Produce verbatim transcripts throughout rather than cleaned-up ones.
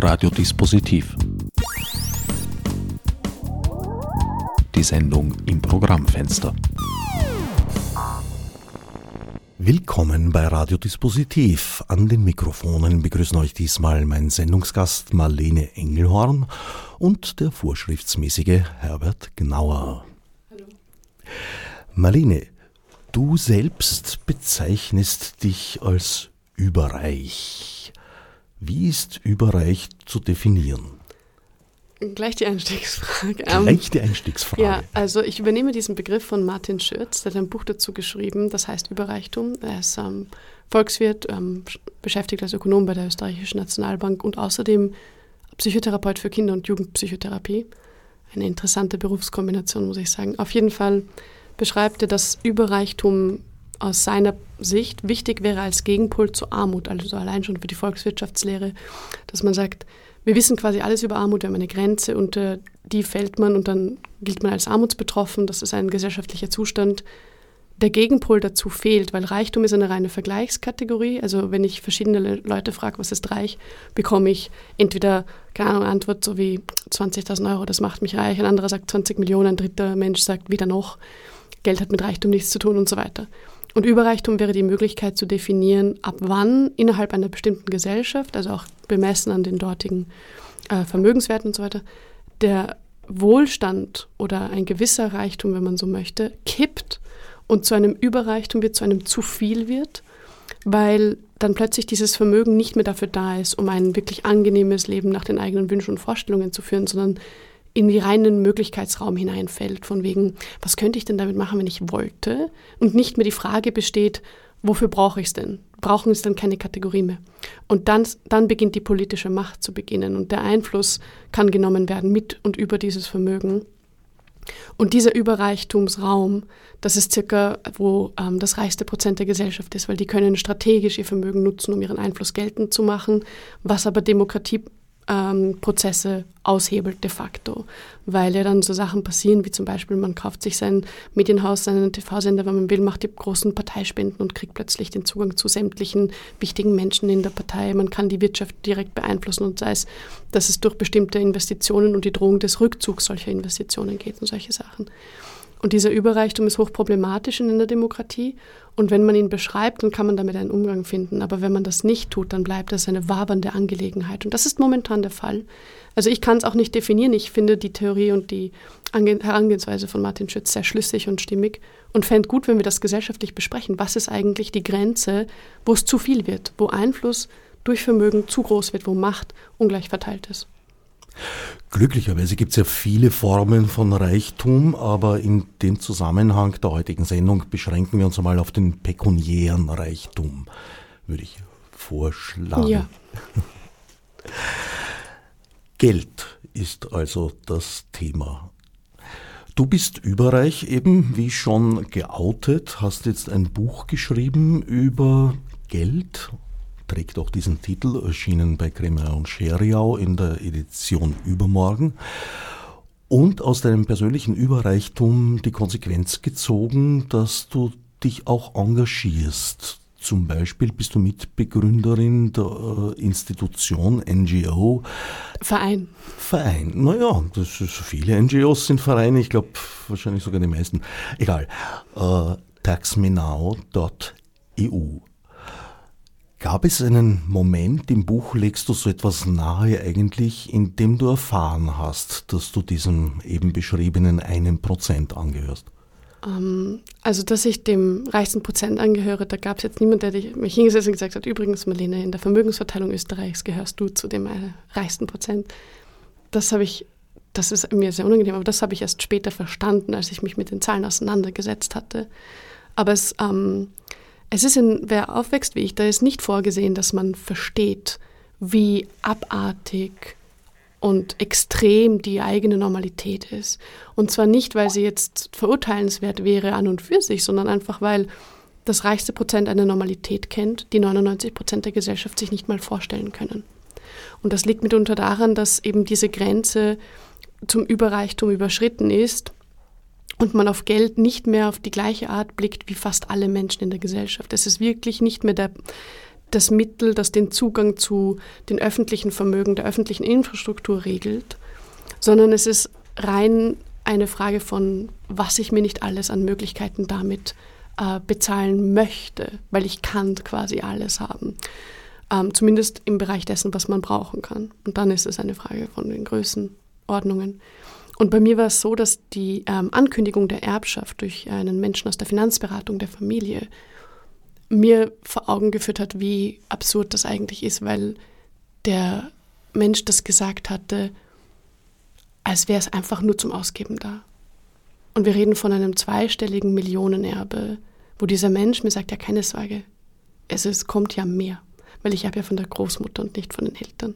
Radiodispositiv. Die Sendung im Programmfenster. Willkommen bei Radiodispositiv. An den Mikrofonen begrüßen euch diesmal mein Sendungsgast Marlene Engelhorn und der vorschriftsmäßige Herbert Gnauer. Hallo. Marlene, du selbst bezeichnest dich als überreich. Wie ist überreich zu definieren? Gleich die Einstiegsfrage. Gleich die Einstiegsfrage. Ja, also ich übernehme diesen Begriff von Martin Schürz, der hat ein Buch dazu geschrieben, das heißt Überreichtum. Er ist ähm, Volkswirt, ähm, beschäftigt als Ökonom bei der Österreichischen Nationalbank und außerdem Psychotherapeut für Kinder- und Jugendpsychotherapie. Eine interessante Berufskombination, muss ich sagen. Auf jeden Fall beschreibt er, dass Überreichtum aus seiner Sicht wichtig wäre als Gegenpol zur Armut, also allein schon für die Volkswirtschaftslehre, dass man sagt, wir wissen quasi alles über Armut, wir haben eine Grenze, unter die fällt man und dann gilt man als armutsbetroffen, das ist ein gesellschaftlicher Zustand. Der Gegenpol dazu fehlt, weil Reichtum ist eine reine Vergleichskategorie, also wenn ich verschiedene Leute frage, was ist reich, bekomme ich entweder, keine Ahnung, eine Antwort so wie zwanzigtausend Euro, das macht mich reich, ein anderer sagt zwanzig Millionen, ein dritter Mensch sagt wieder noch, Geld hat mit Reichtum nichts zu tun und so weiter. Und Überreichtum wäre die Möglichkeit zu definieren, ab wann innerhalb einer bestimmten Gesellschaft, also auch bemessen an den dortigen äh, Vermögenswerten und so weiter, der Wohlstand oder ein gewisser Reichtum, wenn man so möchte, kippt und zu einem Überreichtum wird, zu einem zu viel wird, weil dann plötzlich dieses Vermögen nicht mehr dafür da ist, um ein wirklich angenehmes Leben nach den eigenen Wünschen und Vorstellungen zu führen, sondern in die reinen Möglichkeitsraum hineinfällt, von wegen, was könnte ich denn damit machen, wenn ich wollte? Und nicht mehr die Frage besteht, wofür brauche ich es denn? Brauchen ist dann keine Kategorie mehr. Und dann, dann beginnt die politische Macht zu beginnen und der Einfluss kann genommen werden mit und über dieses Vermögen. Und dieser Überreichtumsraum, das ist circa, wo ähm, das reichste Prozent der Gesellschaft ist, weil die können strategisch ihr Vermögen nutzen, um ihren Einfluss geltend zu machen, was aber Demokratie Ähm, Prozesse aushebelt de facto, weil ja dann so Sachen passieren, wie zum Beispiel man kauft sich sein Medienhaus, seinen T V-Sender, wenn man will, macht die großen Parteispenden und kriegt plötzlich den Zugang zu sämtlichen wichtigen Menschen in der Partei. Man kann die Wirtschaft direkt beeinflussen und sei es, dass es durch bestimmte Investitionen und die Drohung des Rückzugs solcher Investitionen geht und solche Sachen. Und dieser Überreichtum ist hochproblematisch in einer Demokratie. Und wenn man ihn beschreibt, dann kann man damit einen Umgang finden. Aber wenn man das nicht tut, dann bleibt das eine wabernde Angelegenheit. Und das ist momentan der Fall. Also ich kann es auch nicht definieren. Ich finde die Theorie und die Ange- Herangehensweise von Martin Schürz sehr schlüssig und stimmig. Und fände gut, wenn wir das gesellschaftlich besprechen. Was ist eigentlich die Grenze, wo es zu viel wird, wo Einfluss durch Vermögen zu groß wird, wo Macht ungleich verteilt ist? Glücklicherweise gibt es ja viele Formen von Reichtum, aber in dem Zusammenhang der heutigen Sendung beschränken wir uns einmal auf den pekuniären Reichtum, würde ich vorschlagen. Ja. Geld ist also das Thema. Du bist überreich, eben wie schon geoutet, hast jetzt ein Buch geschrieben über Geld, trägt auch diesen Titel, erschienen bei Kremer und Scheriau in der Edition Übermorgen. Und aus deinem persönlichen Überreichtum die Konsequenz gezogen, dass du dich auch engagierst. Zum Beispiel bist du Mitbegründerin der äh, Institution N G O. Verein. Verein, naja, das ist, viele N G Os sind Vereine, ich glaube wahrscheinlich sogar die meisten. Egal, äh, tax me now dot e u. Gab es einen Moment, im Buch legst du so etwas nahe eigentlich, in dem du erfahren hast, dass du diesem eben beschriebenen einen Prozent angehörst? Um, also, dass ich dem reichsten Prozent angehöre, da gab es jetzt niemanden, der mich hingesetzt und gesagt hat, übrigens Marlene, in der Vermögensverteilung Österreichs gehörst du zu dem äh, reichsten Prozent. Das habe ich, das ist mir sehr unangenehm, aber das habe ich erst später verstanden, als ich mich mit den Zahlen auseinandergesetzt hatte. Aber es... Ähm, Es ist, in, wer aufwächst wie ich, da ist nicht vorgesehen, dass man versteht, wie abartig und extrem die eigene Normalität ist. Und zwar nicht, weil sie jetzt verurteilenswert wäre an und für sich, sondern einfach, weil das reichste Prozent eine Normalität kennt, die neunundneunzig Prozent der Gesellschaft sich nicht mal vorstellen können. Und das liegt mitunter daran, dass eben diese Grenze zum Überreichtum überschritten ist und man auf Geld nicht mehr auf die gleiche Art blickt wie fast alle Menschen in der Gesellschaft. Es ist wirklich nicht mehr der, das Mittel, das den Zugang zu den öffentlichen Vermögen, der öffentlichen Infrastruktur regelt, sondern es ist rein eine Frage von, was ich mir nicht alles an Möglichkeiten damit äh, bezahlen möchte, weil ich kann quasi alles haben. Ähm, zumindest im Bereich dessen, was man brauchen kann. Und dann ist es eine Frage von den Größenordnungen. Und bei mir war es so, dass die ähm, Ankündigung der Erbschaft durch einen Menschen aus der Finanzberatung der Familie mir vor Augen geführt hat, wie absurd das eigentlich ist, weil der Mensch das gesagt hatte, als wäre es einfach nur zum Ausgeben da. Und wir reden von einem zweistelligen Millionenerbe, wo dieser Mensch mir sagt, ja, keine Sorge, es ist, kommt ja mehr, weil ich habe ja von der Großmutter und nicht von den Eltern.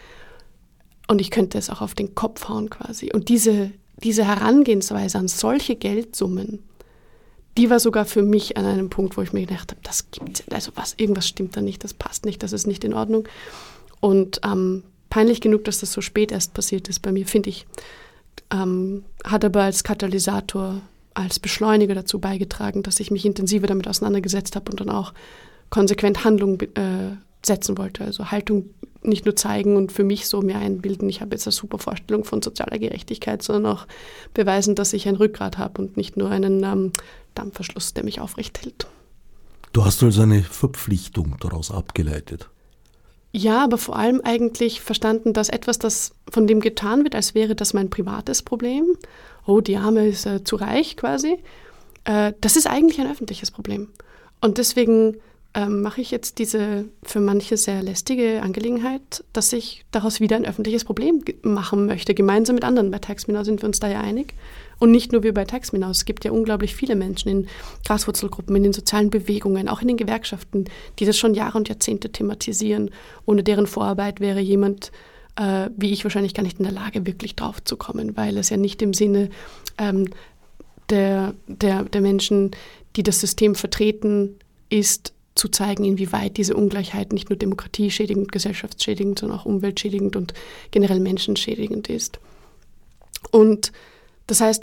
Und ich könnte es auch auf den Kopf hauen quasi. Und diese, diese Herangehensweise an solche Geldsummen, die war sogar für mich an einem Punkt, wo ich mir gedacht habe, das gibt's, also was, irgendwas stimmt da nicht, das passt nicht, das ist nicht in Ordnung. Und ähm, peinlich genug, dass das so spät erst passiert ist bei mir, finde ich, ähm, hat aber als Katalysator, als Beschleuniger dazu beigetragen, dass ich mich intensiver damit auseinandergesetzt habe und dann auch konsequent Handlung äh, setzen wollte. Also Haltung nicht nur zeigen und für mich so mir einbilden, ich habe jetzt eine super Vorstellung von sozialer Gerechtigkeit, sondern auch beweisen, dass ich ein Rückgrat habe und nicht nur einen ähm, Dampfverschluss, der mich aufrecht hält. Du hast also eine Verpflichtung daraus abgeleitet. Ja, aber vor allem eigentlich verstanden, dass etwas, das von dem getan wird, als wäre das mein privates Problem, oh, die Arme ist äh, zu reich quasi, äh, das ist eigentlich ein öffentliches Problem. Und deswegen ähm, mache ich jetzt diese für manche sehr lästige Angelegenheit, dass ich daraus wieder ein öffentliches Problem ge- machen möchte, gemeinsam mit anderen. Bei Taxminau sind wir uns da ja einig. Und nicht nur wir bei Taxminau, es gibt ja unglaublich viele Menschen in Graswurzelgruppen, in den sozialen Bewegungen, auch in den Gewerkschaften, die das schon Jahre und Jahrzehnte thematisieren. Ohne deren Vorarbeit wäre jemand äh, wie ich wahrscheinlich gar nicht in der Lage, wirklich drauf zu kommen, weil es ja nicht im Sinne ähm, der, der, der Menschen, die das System vertreten, ist, zu zeigen, inwieweit diese Ungleichheit nicht nur demokratieschädigend, gesellschaftsschädigend, sondern auch umweltschädigend und generell menschenschädigend ist. Und das heißt,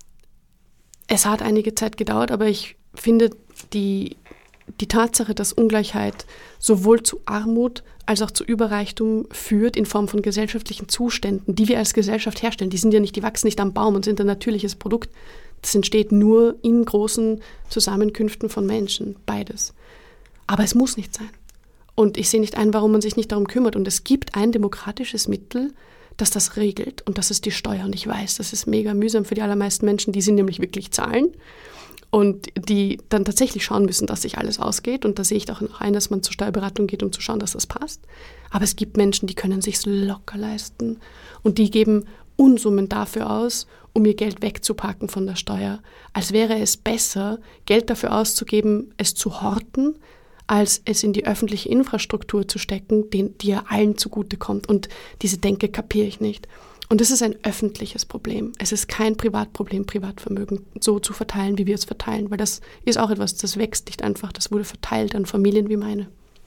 es hat einige Zeit gedauert, aber ich finde die, die Tatsache, dass Ungleichheit sowohl zu Armut als auch zu Überreichtum führt in Form von gesellschaftlichen Zuständen, die wir als Gesellschaft herstellen. Die sind ja nicht, die wachsen nicht am Baum und sind ein natürliches Produkt. Das entsteht nur in großen Zusammenkünften von Menschen, beides. Aber es muss nicht sein. Und ich sehe nicht ein, warum man sich nicht darum kümmert. Und es gibt ein demokratisches Mittel, das das regelt. Und das ist die Steuer. Und ich weiß, das ist mega mühsam für die allermeisten Menschen. Die sind nämlich wirklich zahlen. Und die dann tatsächlich schauen müssen, dass sich alles ausgeht. Und da sehe ich auch noch ein, dass man zur Steuerberatung geht, um zu schauen, dass das passt. Aber es gibt Menschen, die können es sich locker leisten. Und die geben Unsummen dafür aus, um ihr Geld wegzupacken von der Steuer. Als wäre es besser, Geld dafür auszugeben, es zu horten, als es in die öffentliche Infrastruktur zu stecken, die, die ja allen zugutekommt. Und diese Denke kapiere ich nicht. Und das ist ein öffentliches Problem. Es ist kein Privatproblem, Privatvermögen so zu verteilen, wie wir es verteilen. Weil das ist auch etwas, das wächst nicht einfach. Das wurde verteilt an Familien wie meine.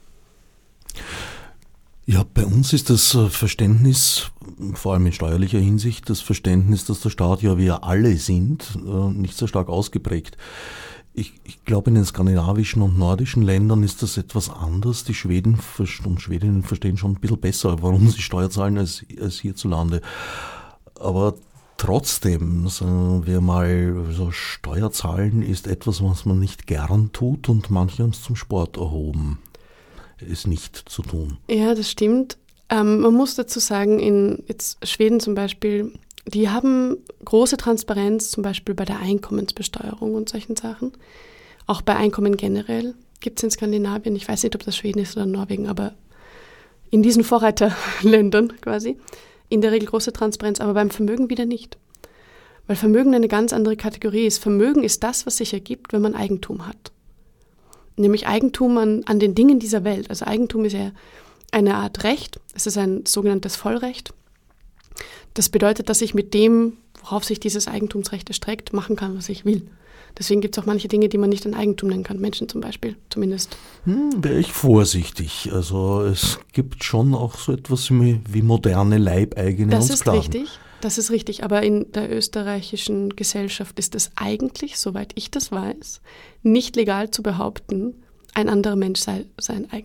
Ja, bei uns ist das Verständnis, vor allem in steuerlicher Hinsicht, das Verständnis, dass der Staat ja wir alle sind, nicht so stark ausgeprägt. Ich, ich glaube, in den skandinavischen und nordischen Ländern ist das etwas anders. Die Schweden und Schwedinnen verstehen schon ein bisschen besser, warum sie Steuer zahlen als, als hierzulande. Aber trotzdem, sagen wir mal, so Steuer zahlen ist etwas, was man nicht gern tut und manche haben es zum Sport erhoben, es nicht zu tun. Ja, das stimmt. Ähm, man muss dazu sagen, in jetzt Schweden zum Beispiel, die haben große Transparenz, zum Beispiel bei der Einkommensbesteuerung und solchen Sachen. Auch bei Einkommen generell gibt es in Skandinavien, ich weiß nicht, ob das Schweden ist oder Norwegen, aber in diesen Vorreiterländern quasi, in der Regel große Transparenz, aber beim Vermögen wieder nicht. Weil Vermögen eine ganz andere Kategorie ist. Vermögen ist das, was sich ergibt, wenn man Eigentum hat. Nämlich Eigentum an, an den Dingen dieser Welt. Also Eigentum ist ja eine Art Recht, es ist ein sogenanntes Vollrecht. Das bedeutet, dass ich mit dem, worauf sich dieses Eigentumsrecht erstreckt, machen kann, was ich will. Deswegen gibt es auch manche Dinge, die man nicht ein Eigentum nennen kann. Menschen zum Beispiel, zumindest. Hm, wäre ich vorsichtig. Also es gibt schon auch so etwas wie, wie moderne Leibeigene das und Sklaven. Das ist richtig, das ist richtig. Aber in der österreichischen Gesellschaft ist es eigentlich, soweit ich das weiß, nicht legal zu behaupten, ein anderer Mensch sei sein Eigentum.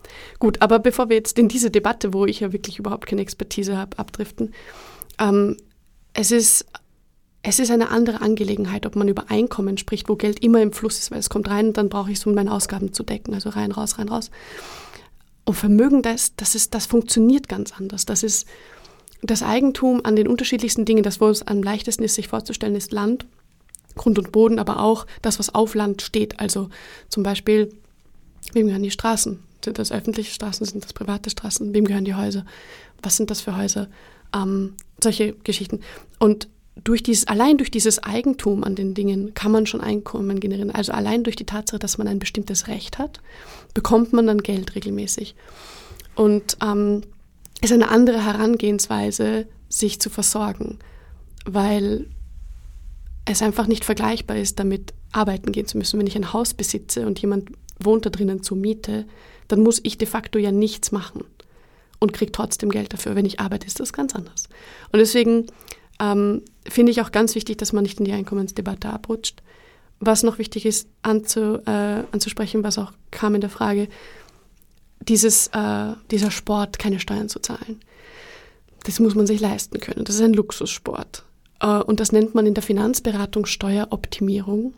Gut, aber bevor wir jetzt in diese Debatte, wo ich ja wirklich überhaupt keine Expertise habe, abdriften, ähm, es ist, es ist eine andere Angelegenheit, ob man über Einkommen spricht, wo Geld immer im Fluss ist, weil es kommt rein und dann brauche ich es, um meine Ausgaben zu decken, also rein, raus, rein, raus. Und Vermögen, das, das, ist, das funktioniert ganz anders. Das ist das Eigentum an den unterschiedlichsten Dingen, das, wo es am leichtesten ist, sich vorzustellen, ist Land, Grund und Boden, aber auch das, was auf Land steht. Also zum Beispiel, wem gehören die Straßen? Sind das öffentliche Straßen, sind das private Straßen? Wem gehören die Häuser? Was sind das für Häuser? Ähm, solche Geschichten. Und durch dieses, allein durch dieses Eigentum an den Dingen kann man schon Einkommen generieren. Also allein durch die Tatsache, dass man ein bestimmtes Recht hat, bekommt man dann Geld regelmäßig. Und ähm, ist eine andere Herangehensweise, sich zu versorgen, weil es einfach nicht vergleichbar ist, damit arbeiten gehen zu müssen. Wenn ich ein Haus besitze und jemand wohnt da drinnen zur Miete, dann muss ich de facto ja nichts machen und kriege trotzdem Geld dafür. Wenn ich arbeite, ist das ganz anders. Und deswegen ähm, finde ich auch ganz wichtig, dass man nicht in die Einkommensdebatte abrutscht. Was noch wichtig ist anzu, äh, anzusprechen, was auch kam in der Frage, dieses, äh, dieser Sport, keine Steuern zu zahlen. Das muss man sich leisten können. Das ist ein Luxussport. Äh, und das nennt man in der Finanzberatung Steueroptimierung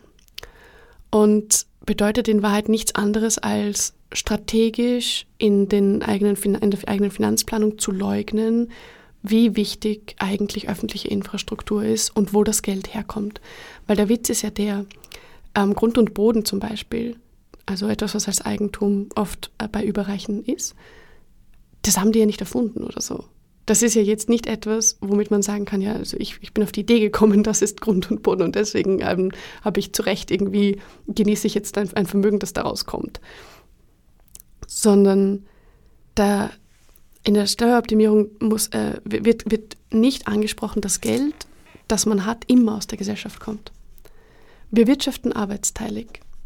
und bedeutet in Wahrheit nichts anderes als strategisch in, den eigenen, in der eigenen Finanzplanung zu leugnen, wie wichtig eigentlich öffentliche Infrastruktur ist und wo das Geld herkommt. Weil der Witz ist ja der, ähm, Grund und Boden zum Beispiel, also etwas, was als Eigentum oft äh, bei Überreichen ist, das haben die ja nicht erfunden oder so. Das ist ja jetzt nicht etwas, womit man sagen kann, ja, also ich, ich bin auf die Idee gekommen, das ist Grund und Boden und deswegen ähm, habe ich zu Recht irgendwie, genieße ich jetzt ein, ein Vermögen, das daraus kommt. Sondern da in der Steueroptimierung muss, äh, wird, wird nicht angesprochen, dass Geld, das man hat, immer aus der Gesellschaft kommt. Wir wirtschaften arbeitsteilig.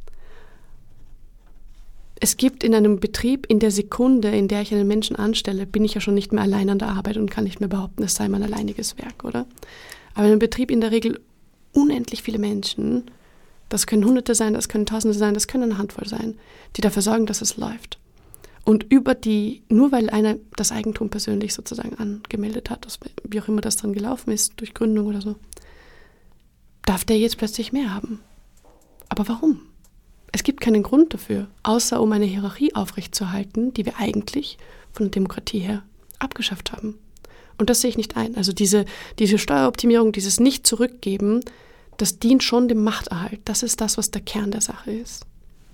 Es gibt in einem Betrieb, in der Sekunde, in der ich einen Menschen anstelle, bin ich ja schon nicht mehr allein an der Arbeit und kann nicht mehr behaupten, es sei mein alleiniges Werk, oder? Aber in einem Betrieb in der Regel unendlich viele Menschen, das können Hunderte sein, das können Tausende sein, das können eine Handvoll sein, die dafür sorgen, dass es läuft. Und über die, nur weil einer das Eigentum persönlich sozusagen angemeldet hat, wie auch immer das dann gelaufen ist, durch Gründung oder so, darf der jetzt plötzlich mehr haben. Aber warum? Es gibt keinen Grund dafür, außer um eine Hierarchie aufrechtzuerhalten, die wir eigentlich von der Demokratie her abgeschafft haben. Und das sehe ich nicht ein. Also diese, diese Steueroptimierung, dieses Nicht-Zurückgeben, das dient schon dem Machterhalt. Das ist das, was der Kern der Sache ist.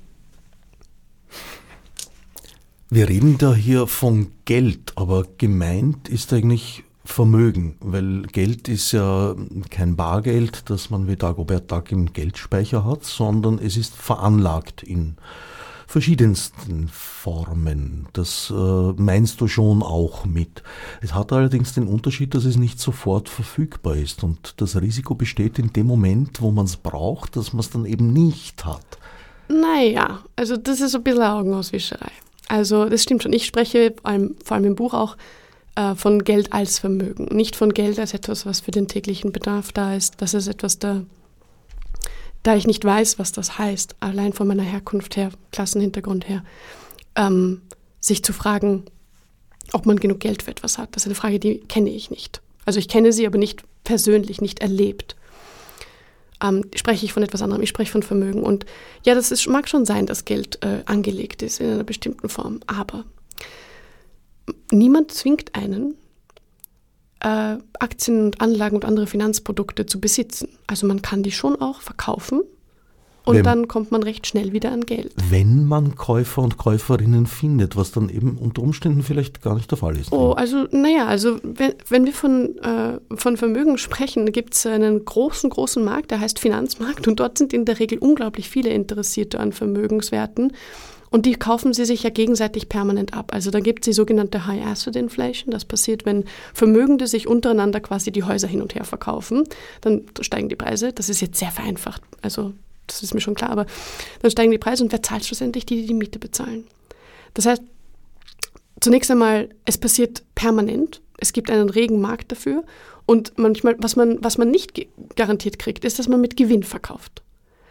Wir reden da hier von Geld, aber gemeint ist eigentlich Vermögen, weil Geld ist ja kein Bargeld, das man wie Dagobert Duck im Geldspeicher hat, sondern es ist veranlagt in verschiedensten Formen. Das äh, meinst du schon auch mit. Es hat allerdings den Unterschied, dass es nicht sofort verfügbar ist und das Risiko besteht in dem Moment, wo man es braucht, dass man es dann eben nicht hat. Naja, also das ist ein bisschen Augenauswischerei. Also das stimmt schon. Ich spreche vor allem, vor allem im Buch auch äh, von Geld als Vermögen. Nicht von Geld als etwas, was für den täglichen Bedarf da ist. Das ist etwas, da, da ich nicht weiß, was das heißt, allein von meiner Herkunft her, Klassenhintergrund her, ähm, sich zu fragen, ob man genug Geld für etwas hat. Das ist eine Frage, die kenne ich nicht. Also ich kenne sie, aber nicht persönlich, nicht erlebt. Ähm, spreche ich von etwas anderem, ich spreche von Vermögen. Und ja, das ist, mag schon sein, dass Geld äh, angelegt ist in einer bestimmten Form, aber niemand zwingt einen, äh, Aktien und Anlagen und andere Finanzprodukte zu besitzen. Also man kann die schon auch verkaufen und wenn, dann kommt man recht schnell wieder an Geld. Wenn man Käufer und Käuferinnen findet, was dann eben unter Umständen vielleicht gar nicht der Fall ist. Oh, also naja, also wenn, wenn wir von, äh, von Vermögen sprechen, gibt es einen großen, großen Markt, der heißt Finanzmarkt und dort sind in der Regel unglaublich viele Interessierte an Vermögenswerten und die kaufen sie sich ja gegenseitig permanent ab. Also da gibt es die sogenannte High Asset Inflation, das passiert, wenn Vermögende sich untereinander quasi die Häuser hin und her verkaufen, dann steigen die Preise, das ist jetzt sehr vereinfacht, also das ist mir schon klar, aber dann steigen die Preise und wer zahlt schlussendlich? Die, die die Miete bezahlen. Das heißt, zunächst einmal, es passiert permanent, es gibt einen regen Markt dafür und manchmal, was man, was man nicht garantiert kriegt, ist, dass man mit Gewinn verkauft.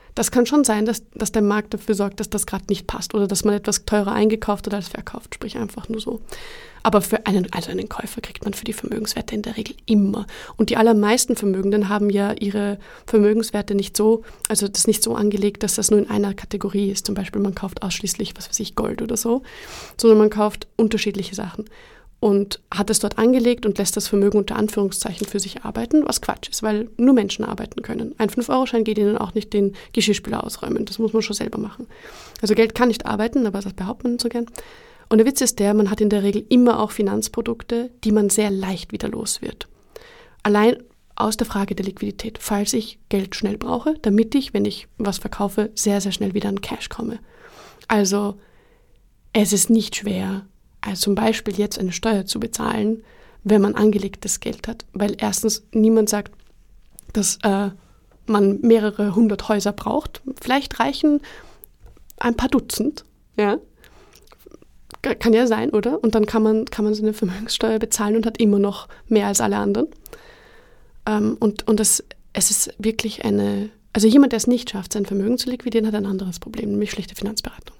Das kann schon sein, dass, dass der Markt dafür sorgt, dass das gerade nicht passt oder dass man etwas teurer eingekauft hat als verkauft, sprich einfach nur so. Aber für einen, also einen Käufer kriegt man für die Vermögenswerte in der Regel immer. Und die allermeisten Vermögenden haben ja ihre Vermögenswerte nicht so, also das nicht so angelegt, dass das nur in einer Kategorie ist. Zum Beispiel man kauft ausschließlich, was weiß ich, Gold oder so, sondern man kauft unterschiedliche Sachen. Und hat es dort angelegt und lässt das Vermögen unter Anführungszeichen für sich arbeiten, was Quatsch ist, weil nur Menschen arbeiten können. Ein fünf-Euro-Schein geht ihnen auch nicht den Geschirrspüler ausräumen, das muss man schon selber machen. Also Geld kann nicht arbeiten, aber das behauptet man so gern. Und der Witz ist der, man hat in der Regel immer auch Finanzprodukte, die man sehr leicht wieder los wird. Allein aus der Frage der Liquidität, falls ich Geld schnell brauche, damit ich, wenn ich was verkaufe, sehr, sehr schnell wieder an Cash komme. Also es ist nicht schwer, also zum Beispiel jetzt eine Steuer zu bezahlen, wenn man angelegtes Geld hat. Weil erstens niemand sagt, dass äh, man mehrere hundert Häuser braucht. Vielleicht reichen ein paar Dutzend. Ja? Kann ja sein, oder? Und dann kann man, kann man so eine Vermögenssteuer bezahlen und hat immer noch mehr als alle anderen. Ähm, und und das, es ist wirklich eine... Also jemand, der es nicht schafft, sein Vermögen zu liquidieren, hat ein anderes Problem, nämlich schlechte Finanzberatung.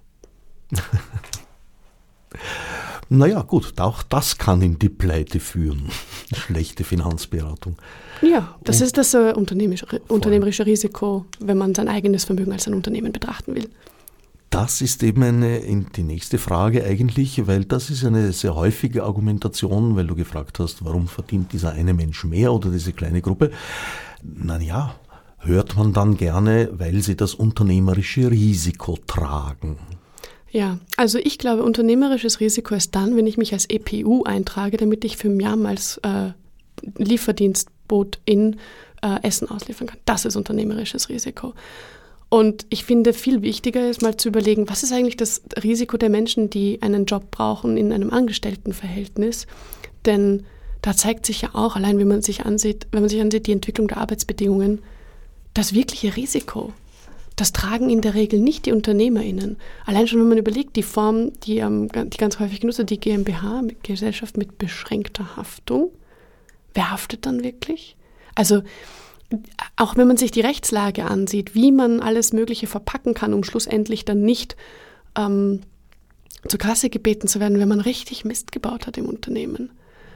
Naja, gut, auch das kann in die Pleite führen. Schlechte Finanzberatung. Ja, das Und ist das äh, unternehmerische, unternehmerische Risiko, wenn man sein eigenes Vermögen als ein Unternehmen betrachten will. Das ist eben eine, die nächste Frage eigentlich, weil das ist eine sehr häufige Argumentation, weil du gefragt hast, warum verdient dieser eine Mensch mehr oder diese kleine Gruppe. Naja, hört man dann gerne, weil sie das unternehmerische Risiko tragen. Ja, also ich glaube, unternehmerisches Risiko ist dann, wenn ich mich als E P U eintrage, damit ich für Miam als äh, Lieferdienstboot in äh, Essen ausliefern kann. Das ist unternehmerisches Risiko. Und ich finde, viel wichtiger ist mal zu überlegen, was ist eigentlich das Risiko der Menschen, die einen Job brauchen in einem Angestelltenverhältnis? Denn da zeigt sich ja auch, allein wenn man sich ansieht, wenn man sich ansieht, die Entwicklung der Arbeitsbedingungen, das wirkliche Risiko. Das tragen in der Regel nicht die UnternehmerInnen. Allein schon, wenn man überlegt, die Form, die, ähm, die ganz häufig genutzt wird, die GmbH, Gesellschaft mit beschränkter Haftung. Wer haftet dann wirklich? Also auch wenn man sich die Rechtslage ansieht, wie man alles Mögliche verpacken kann, um schlussendlich dann nicht ähm, zur Kasse gebeten zu werden, wenn man richtig Mist gebaut hat im Unternehmen.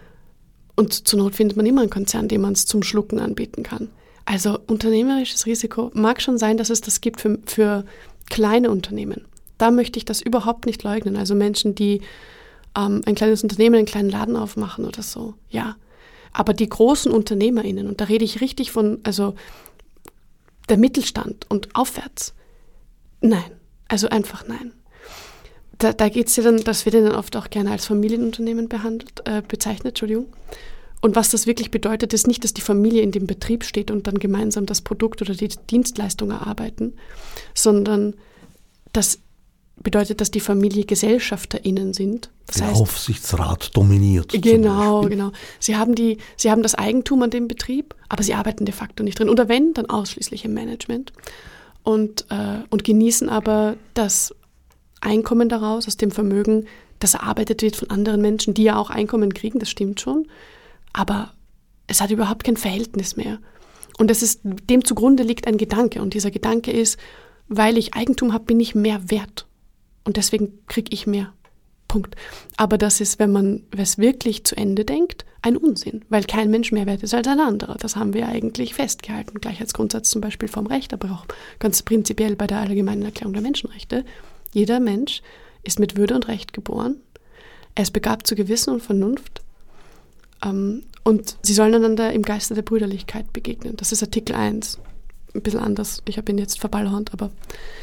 Und zur Not findet man immer einen Konzern, dem man es zum Schlucken anbieten kann. Also unternehmerisches Risiko mag schon sein, dass es das gibt für, für kleine Unternehmen. Da möchte ich das überhaupt nicht leugnen. Also Menschen, die ähm, ein kleines Unternehmen, einen kleinen Laden aufmachen oder so, ja. Aber die großen UnternehmerInnen, und da rede ich richtig von, also der Mittelstand und aufwärts, nein, also einfach nein. Da, da geht es ja dann, das wird ja dann oft auch gerne als Familienunternehmen behandelt, äh, bezeichnet, Entschuldigung. Und was das wirklich bedeutet, ist nicht, dass die Familie in dem Betrieb steht und dann gemeinsam das Produkt oder die Dienstleistung erarbeiten, sondern das bedeutet, dass die Familie GesellschafterInnen sind. Das Der heißt, Aufsichtsrat dominiert. Genau, genau. Sie haben, die, sie haben das Eigentum an dem Betrieb, aber sie arbeiten de facto nicht drin. Oder wenn, dann ausschließlich im Management. Und, äh, und genießen aber das Einkommen daraus, aus dem Vermögen, das erarbeitet wird von anderen Menschen, die ja auch Einkommen kriegen, das stimmt schon. Aber es hat überhaupt kein Verhältnis mehr. Und das ist, dem zugrunde liegt ein Gedanke. Und dieser Gedanke ist, weil ich Eigentum habe, bin ich mehr wert. Und deswegen kriege ich mehr. Punkt. Aber das ist, wenn man es wirklich zu Ende denkt, ein Unsinn. Weil kein Mensch mehr wert ist als ein anderer. Das haben wir eigentlich festgehalten. Gleichheitsgrundsatz zum Beispiel vom Recht, aber auch ganz prinzipiell bei der Allgemeinen Erklärung der Menschenrechte. Jeder Mensch ist mit Würde und Recht geboren. Er ist begabt zu Gewissen und Vernunft. Um, und sie sollen einander im Geiste der Brüderlichkeit begegnen. Das ist Artikel eins. Ein bisschen anders. Ich habe ihn jetzt verballhornt, aber...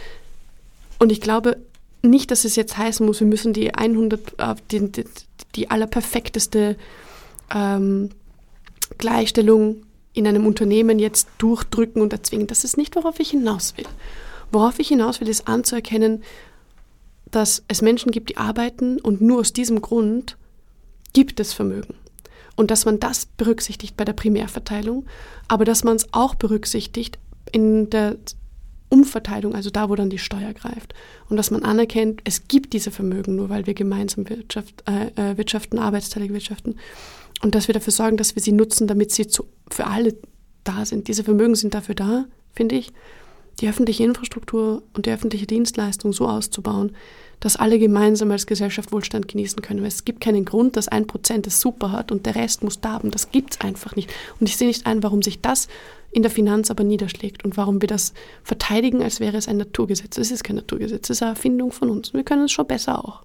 Und ich glaube nicht, dass es jetzt heißen muss, wir müssen die hundert, die, die, die allerperfekteste ähm, Gleichstellung in einem Unternehmen jetzt durchdrücken und erzwingen. Das ist nicht, worauf ich hinaus will. Worauf ich hinaus will, ist anzuerkennen, dass es Menschen gibt, die arbeiten und nur aus diesem Grund gibt es Vermögen. Und dass man das berücksichtigt bei der Primärverteilung, aber dass man es auch berücksichtigt in der Umverteilung, also da, wo dann die Steuer greift. Und dass man anerkennt, es gibt diese Vermögen nur, weil wir gemeinsam Wirtschaft, äh, wirtschaften, arbeitsteilig wirtschaften. Und dass wir dafür sorgen, dass wir sie nutzen, damit sie zu, für alle da sind. Diese Vermögen sind dafür da, finde ich, die öffentliche Infrastruktur und die öffentliche Dienstleistung so auszubauen, dass alle gemeinsam als Gesellschaft Wohlstand genießen können. Weil es gibt keinen Grund, dass ein Prozent es super hat und der Rest muss darben. Das gibt es einfach nicht. Und ich sehe nicht ein, warum sich das in der Finanz aber niederschlägt und warum wir das verteidigen, als wäre es ein Naturgesetz. Es ist kein Naturgesetz, es ist eine Erfindung von uns. Wir können es schon besser auch.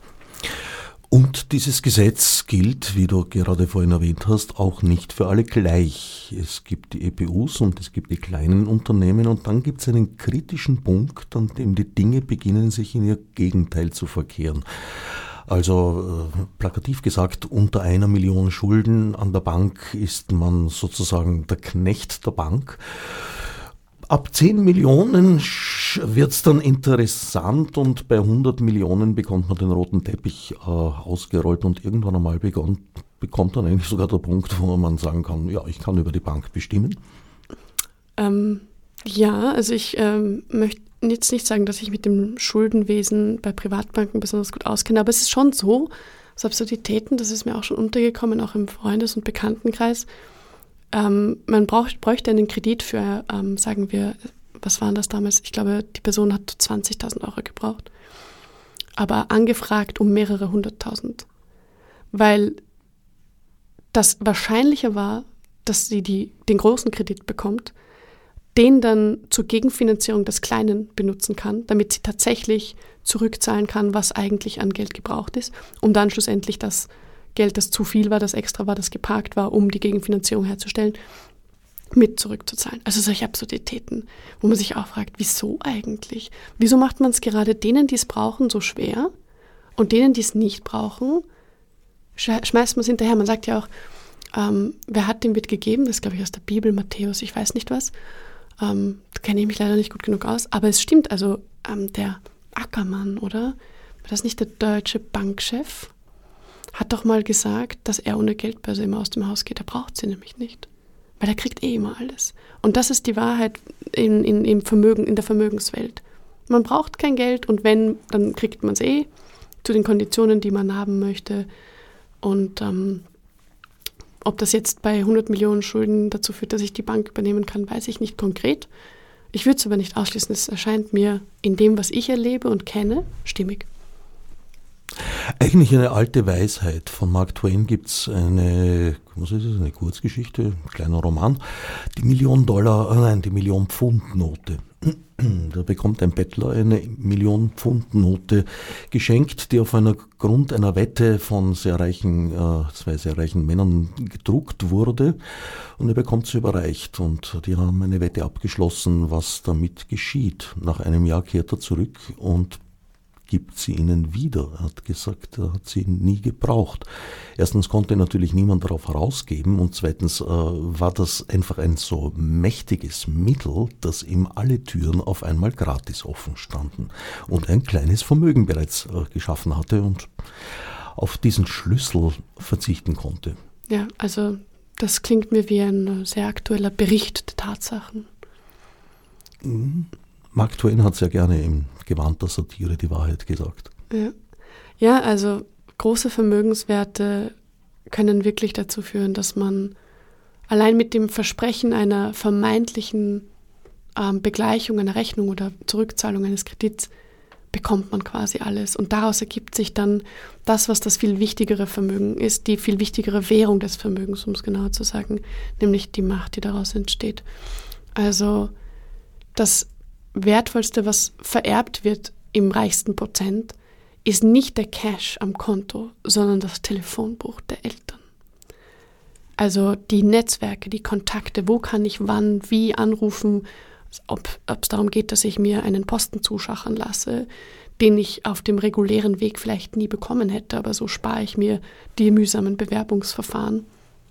Und dieses Gesetz gilt, wie du gerade vorhin erwähnt hast, auch nicht für alle gleich. Es gibt die E P Us und es gibt die kleinen Unternehmen und dann gibt es einen kritischen Punkt, an dem die Dinge beginnen, sich in ihr Gegenteil zu verkehren. Also äh, plakativ gesagt, unter einer Million Schulden an der Bank ist man sozusagen der Knecht der Bank. Ab zehn Millionen wird es dann interessant und bei hundert Millionen bekommt man den roten Teppich äh, ausgerollt und irgendwann einmal begon, bekommt dann eigentlich sogar der Punkt, wo man sagen kann, ja, ich kann über die Bank bestimmen. Ähm, ja, also ich ähm, möchte jetzt nicht sagen, dass ich mit dem Schuldenwesen bei Privatbanken besonders gut auskenne, aber es ist schon so, so Absurditäten, das ist mir auch schon untergekommen, auch im Freundes- und Bekanntenkreis. Ähm, man braucht, bräuchte einen Kredit für, ähm, sagen wir, was waren das damals? Ich glaube, die Person hat zwanzigtausend Euro gebraucht, aber angefragt um mehrere hunderttausend, weil das wahrscheinlicher war, dass sie die, den großen Kredit bekommt, den dann zur Gegenfinanzierung des Kleinen benutzen kann, damit sie tatsächlich zurückzahlen kann, was eigentlich an Geld gebraucht ist, um dann schlussendlich das Geld, das zu viel war, das extra war, das geparkt war, um die Gegenfinanzierung herzustellen, mit zurückzuzahlen. Also solche Absurditäten, wo man sich auch fragt, wieso eigentlich? Wieso macht man es gerade denen, die es brauchen, so schwer und denen, die es nicht brauchen, schmeißt man es hinterher. Man sagt ja auch, ähm, wer hat, dem wird gegeben, das ist, glaube ich, aus der Bibel, Matthäus, ich weiß nicht was. Ähm, da kenne ich mich leider nicht gut genug aus, aber es stimmt, also ähm, der Ackermann, oder? War das nicht der deutsche Bankchef? Hat doch mal gesagt, dass er ohne Geldbörse immer aus dem Haus geht. Er braucht sie nämlich nicht, weil er kriegt eh immer alles. Und das ist die Wahrheit in, in, im Vermögen, in der Vermögenswelt. Man braucht kein Geld und wenn, dann kriegt man es eh zu den Konditionen, die man haben möchte. Und ähm, ob das jetzt bei hundert Millionen Schulden dazu führt, dass ich die Bank übernehmen kann, weiß ich nicht konkret. Ich würde es aber nicht ausschließen. Es erscheint mir in dem, was ich erlebe und kenne, stimmig. Eigentlich eine alte Weisheit. Von Mark Twain gibt es eine, was ist es, eine Kurzgeschichte, ein kleiner Roman. Die Million Dollar, nein, die Million Pfund Note. Da bekommt ein Bettler eine Million Pfund Note geschenkt, die auf einer Grund einer Wette von sehr reichen, äh, zwei sehr reichen Männern gedruckt wurde. Und er bekommt sie überreicht. Und die haben eine Wette abgeschlossen, was damit geschieht. Nach einem Jahr kehrt er zurück und gibt sie ihnen wieder. Er hat gesagt, er hat sie nie gebraucht. Erstens konnte natürlich niemand darauf herausgeben und zweitens äh, war das einfach ein so mächtiges Mittel, dass ihm alle Türen auf einmal gratis offen standen und ein kleines Vermögen bereits äh, geschaffen hatte und auf diesen Schlüssel verzichten konnte. Ja, also das klingt mir wie ein sehr aktueller Bericht der Tatsachen. Mhm. Mark Twain hat sehr gerne im Gewand der Satire die Wahrheit gesagt. Ja. ja, also große Vermögenswerte können wirklich dazu führen, dass man allein mit dem Versprechen einer vermeintlichen ähm, Begleichung einer Rechnung oder Zurückzahlung eines Kredits bekommt man quasi alles. Und daraus ergibt sich dann das, was das viel wichtigere Vermögen ist, die viel wichtigere Währung des Vermögens, um es genauer zu sagen, nämlich die Macht, die daraus entsteht. Also das Wertvollste, was vererbt wird im reichsten Prozent, ist nicht der Cash am Konto, sondern das Telefonbuch der Eltern. Also die Netzwerke, die Kontakte, wo kann ich wann, wie anrufen, ob es darum geht, dass ich mir einen Posten zuschachern lasse, den ich auf dem regulären Weg vielleicht nie bekommen hätte, aber so spare ich mir die mühsamen Bewerbungsverfahren.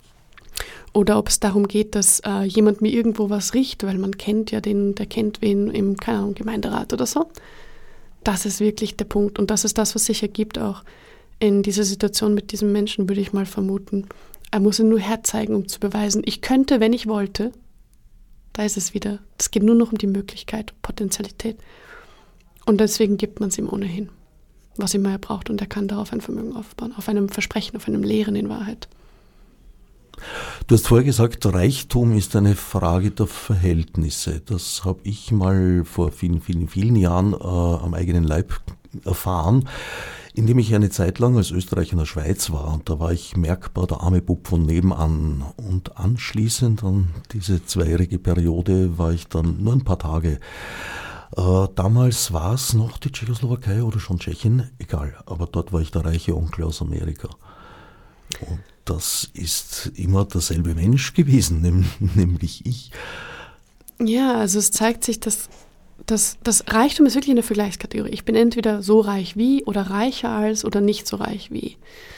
Oder ob es darum geht, dass äh, jemand mir irgendwo was riecht, weil man kennt ja den, der kennt wen im, keine Ahnung, Gemeinderat oder so. Das ist wirklich der Punkt. Und das ist das, was sich ergibt auch in dieser Situation mit diesem Menschen, würde ich mal vermuten. Er muss ihn nur herzeigen, um zu beweisen, ich könnte, wenn ich wollte. Da ist es wieder. Es geht nur noch um die Möglichkeit, Potenzialität. Und deswegen gibt man es ihm ohnehin, was immer er braucht. Und er kann darauf ein Vermögen aufbauen, auf einem Versprechen, auf einem Lehren in Wahrheit. Du hast vorher gesagt, Reichtum ist eine Frage der Verhältnisse. Das habe ich mal vor vielen, vielen, vielen Jahren äh, am eigenen Leib erfahren, indem ich eine Zeit lang als Österreicher in der Schweiz war. Und da war ich merkbar der arme Bub von nebenan. Und anschließend an diese zweijährige Periode war ich dann nur ein paar Tage. Äh, damals war es noch die Tschechoslowakei oder schon Tschechien, egal. Aber dort war ich der reiche Onkel aus Amerika. Und das ist immer derselbe Mensch gewesen, nämlich ich. Ja, also es zeigt sich, dass Das, das Reichtum ist wirklich eine Vergleichskategorie. Ich bin entweder so reich wie oder reicher als oder nicht so reich wie.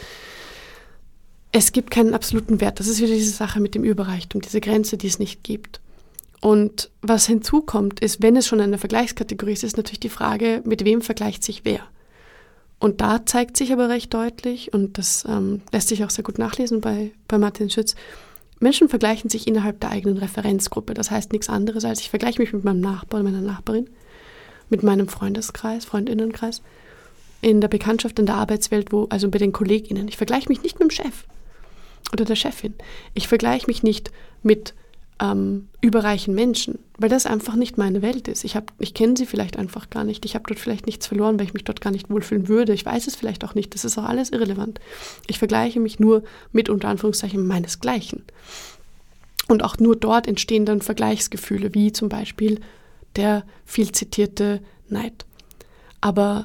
Es gibt keinen absoluten Wert. Das ist wieder diese Sache mit dem Überreichtum, diese Grenze, die es nicht gibt. Und was hinzukommt, ist, wenn es schon eine Vergleichskategorie ist, ist natürlich die Frage, mit wem vergleicht sich wer. Und da zeigt sich aber recht deutlich, und das ähm, lässt sich auch sehr gut nachlesen bei, bei Martin Schütz, Menschen vergleichen sich innerhalb der eigenen Referenzgruppe. Das heißt nichts anderes, als ich vergleiche mich mit meinem Nachbarn, meiner Nachbarin, mit meinem Freundeskreis, Freundinnenkreis, in der Bekanntschaft, in der Arbeitswelt, wo, also bei den KollegInnen. Ich vergleiche mich nicht mit dem Chef oder der Chefin. Ich vergleiche mich nicht mit ähm, überreichen Menschen, weil das einfach nicht meine Welt ist. Ich, hab, ich kenne sie vielleicht einfach gar nicht. Ich habe dort vielleicht nichts verloren, weil ich mich dort gar nicht wohlfühlen würde. Ich weiß es vielleicht auch nicht. Das ist auch alles irrelevant. Ich vergleiche mich nur mit, unter Anführungszeichen, meinesgleichen. Und auch nur dort entstehen dann Vergleichsgefühle, wie zum Beispiel der viel zitierte Neid. Aber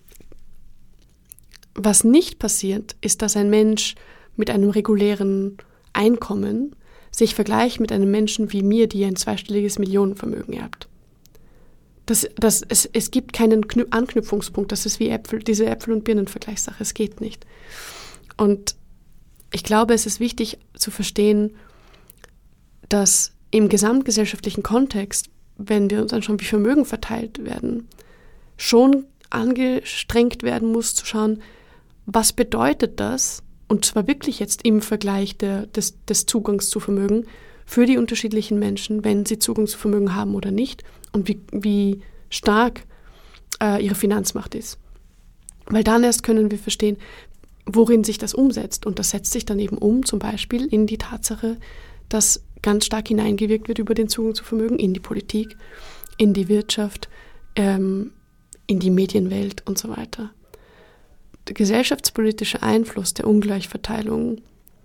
was nicht passiert, ist, dass ein Mensch mit einem regulären Einkommen sich vergleicht mit einem Menschen wie mir, die ein zweistelliges Millionenvermögen erbt. Das, das, es, es gibt keinen Knü- Anknüpfungspunkt. Das ist wie Äpfel, diese Äpfel- und Birnenvergleichssache. Es geht nicht. Und ich glaube, es ist wichtig zu verstehen, dass im gesamtgesellschaftlichen Kontext, wenn wir uns anschauen, wie Vermögen verteilt werden, schon angestrengt werden muss, zu schauen, was bedeutet das, und zwar wirklich jetzt im Vergleich der, des, des Zugangs zu Vermögen für die unterschiedlichen Menschen, wenn sie Zugang zu Vermögen haben oder nicht, und wie, wie stark äh, ihre Finanzmacht ist. Weil dann erst können wir verstehen, worin sich das umsetzt. Und das setzt sich dann eben um, zum Beispiel in die Tatsache, dass ganz stark hineingewirkt wird über den Zugang zu Vermögen in die Politik, in die Wirtschaft, ähm, in die Medienwelt und so weiter. Der gesellschaftspolitische Einfluss der Ungleichverteilung,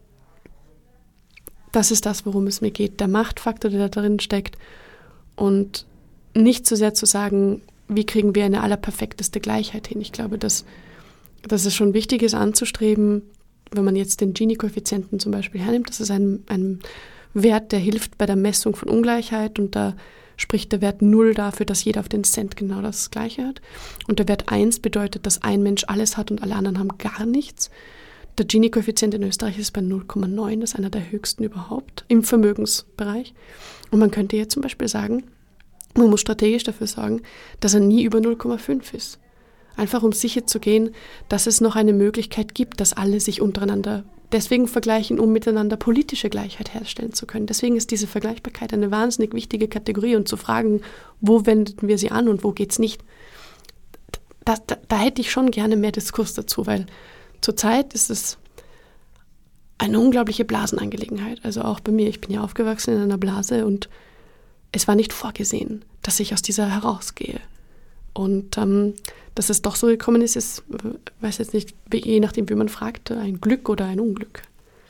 das ist das, worum es mir geht. Der Machtfaktor, der da drin steckt, und nicht so sehr zu sagen, wie kriegen wir eine allerperfekteste Gleichheit hin. Ich glaube, dass, dass es schon wichtig ist anzustreben, wenn man jetzt den Gini-Koeffizienten zum Beispiel hernimmt, das ist ein, ein Wert, der hilft bei der Messung von Ungleichheit, und da spricht der Wert null dafür, dass jeder auf den Cent genau das Gleiche hat. Und der Wert eins bedeutet, dass ein Mensch alles hat und alle anderen haben gar nichts. Der Gini-Koeffizient in Österreich ist bei null Komma neun, das ist einer der höchsten überhaupt im Vermögensbereich. Und man könnte jetzt zum Beispiel sagen, man muss strategisch dafür sorgen, dass er nie über null Komma fünf ist. Einfach um sicher zu gehen, dass es noch eine Möglichkeit gibt, dass alle sich untereinander deswegen vergleichen, um miteinander politische Gleichheit herstellen zu können. Deswegen ist diese Vergleichbarkeit eine wahnsinnig wichtige Kategorie, und zu fragen, wo wenden wir sie an und wo geht's nicht, da, da, da hätte ich schon gerne mehr Diskurs dazu, weil zurzeit ist es eine unglaubliche Blasenangelegenheit. Also auch bei mir, ich bin ja aufgewachsen in einer Blase, und es war nicht vorgesehen, dass ich aus dieser herausgehe. Und ähm, dass es doch so gekommen ist, ist, weiß jetzt nicht, je nachdem, wie man fragt, ein Glück oder ein Unglück.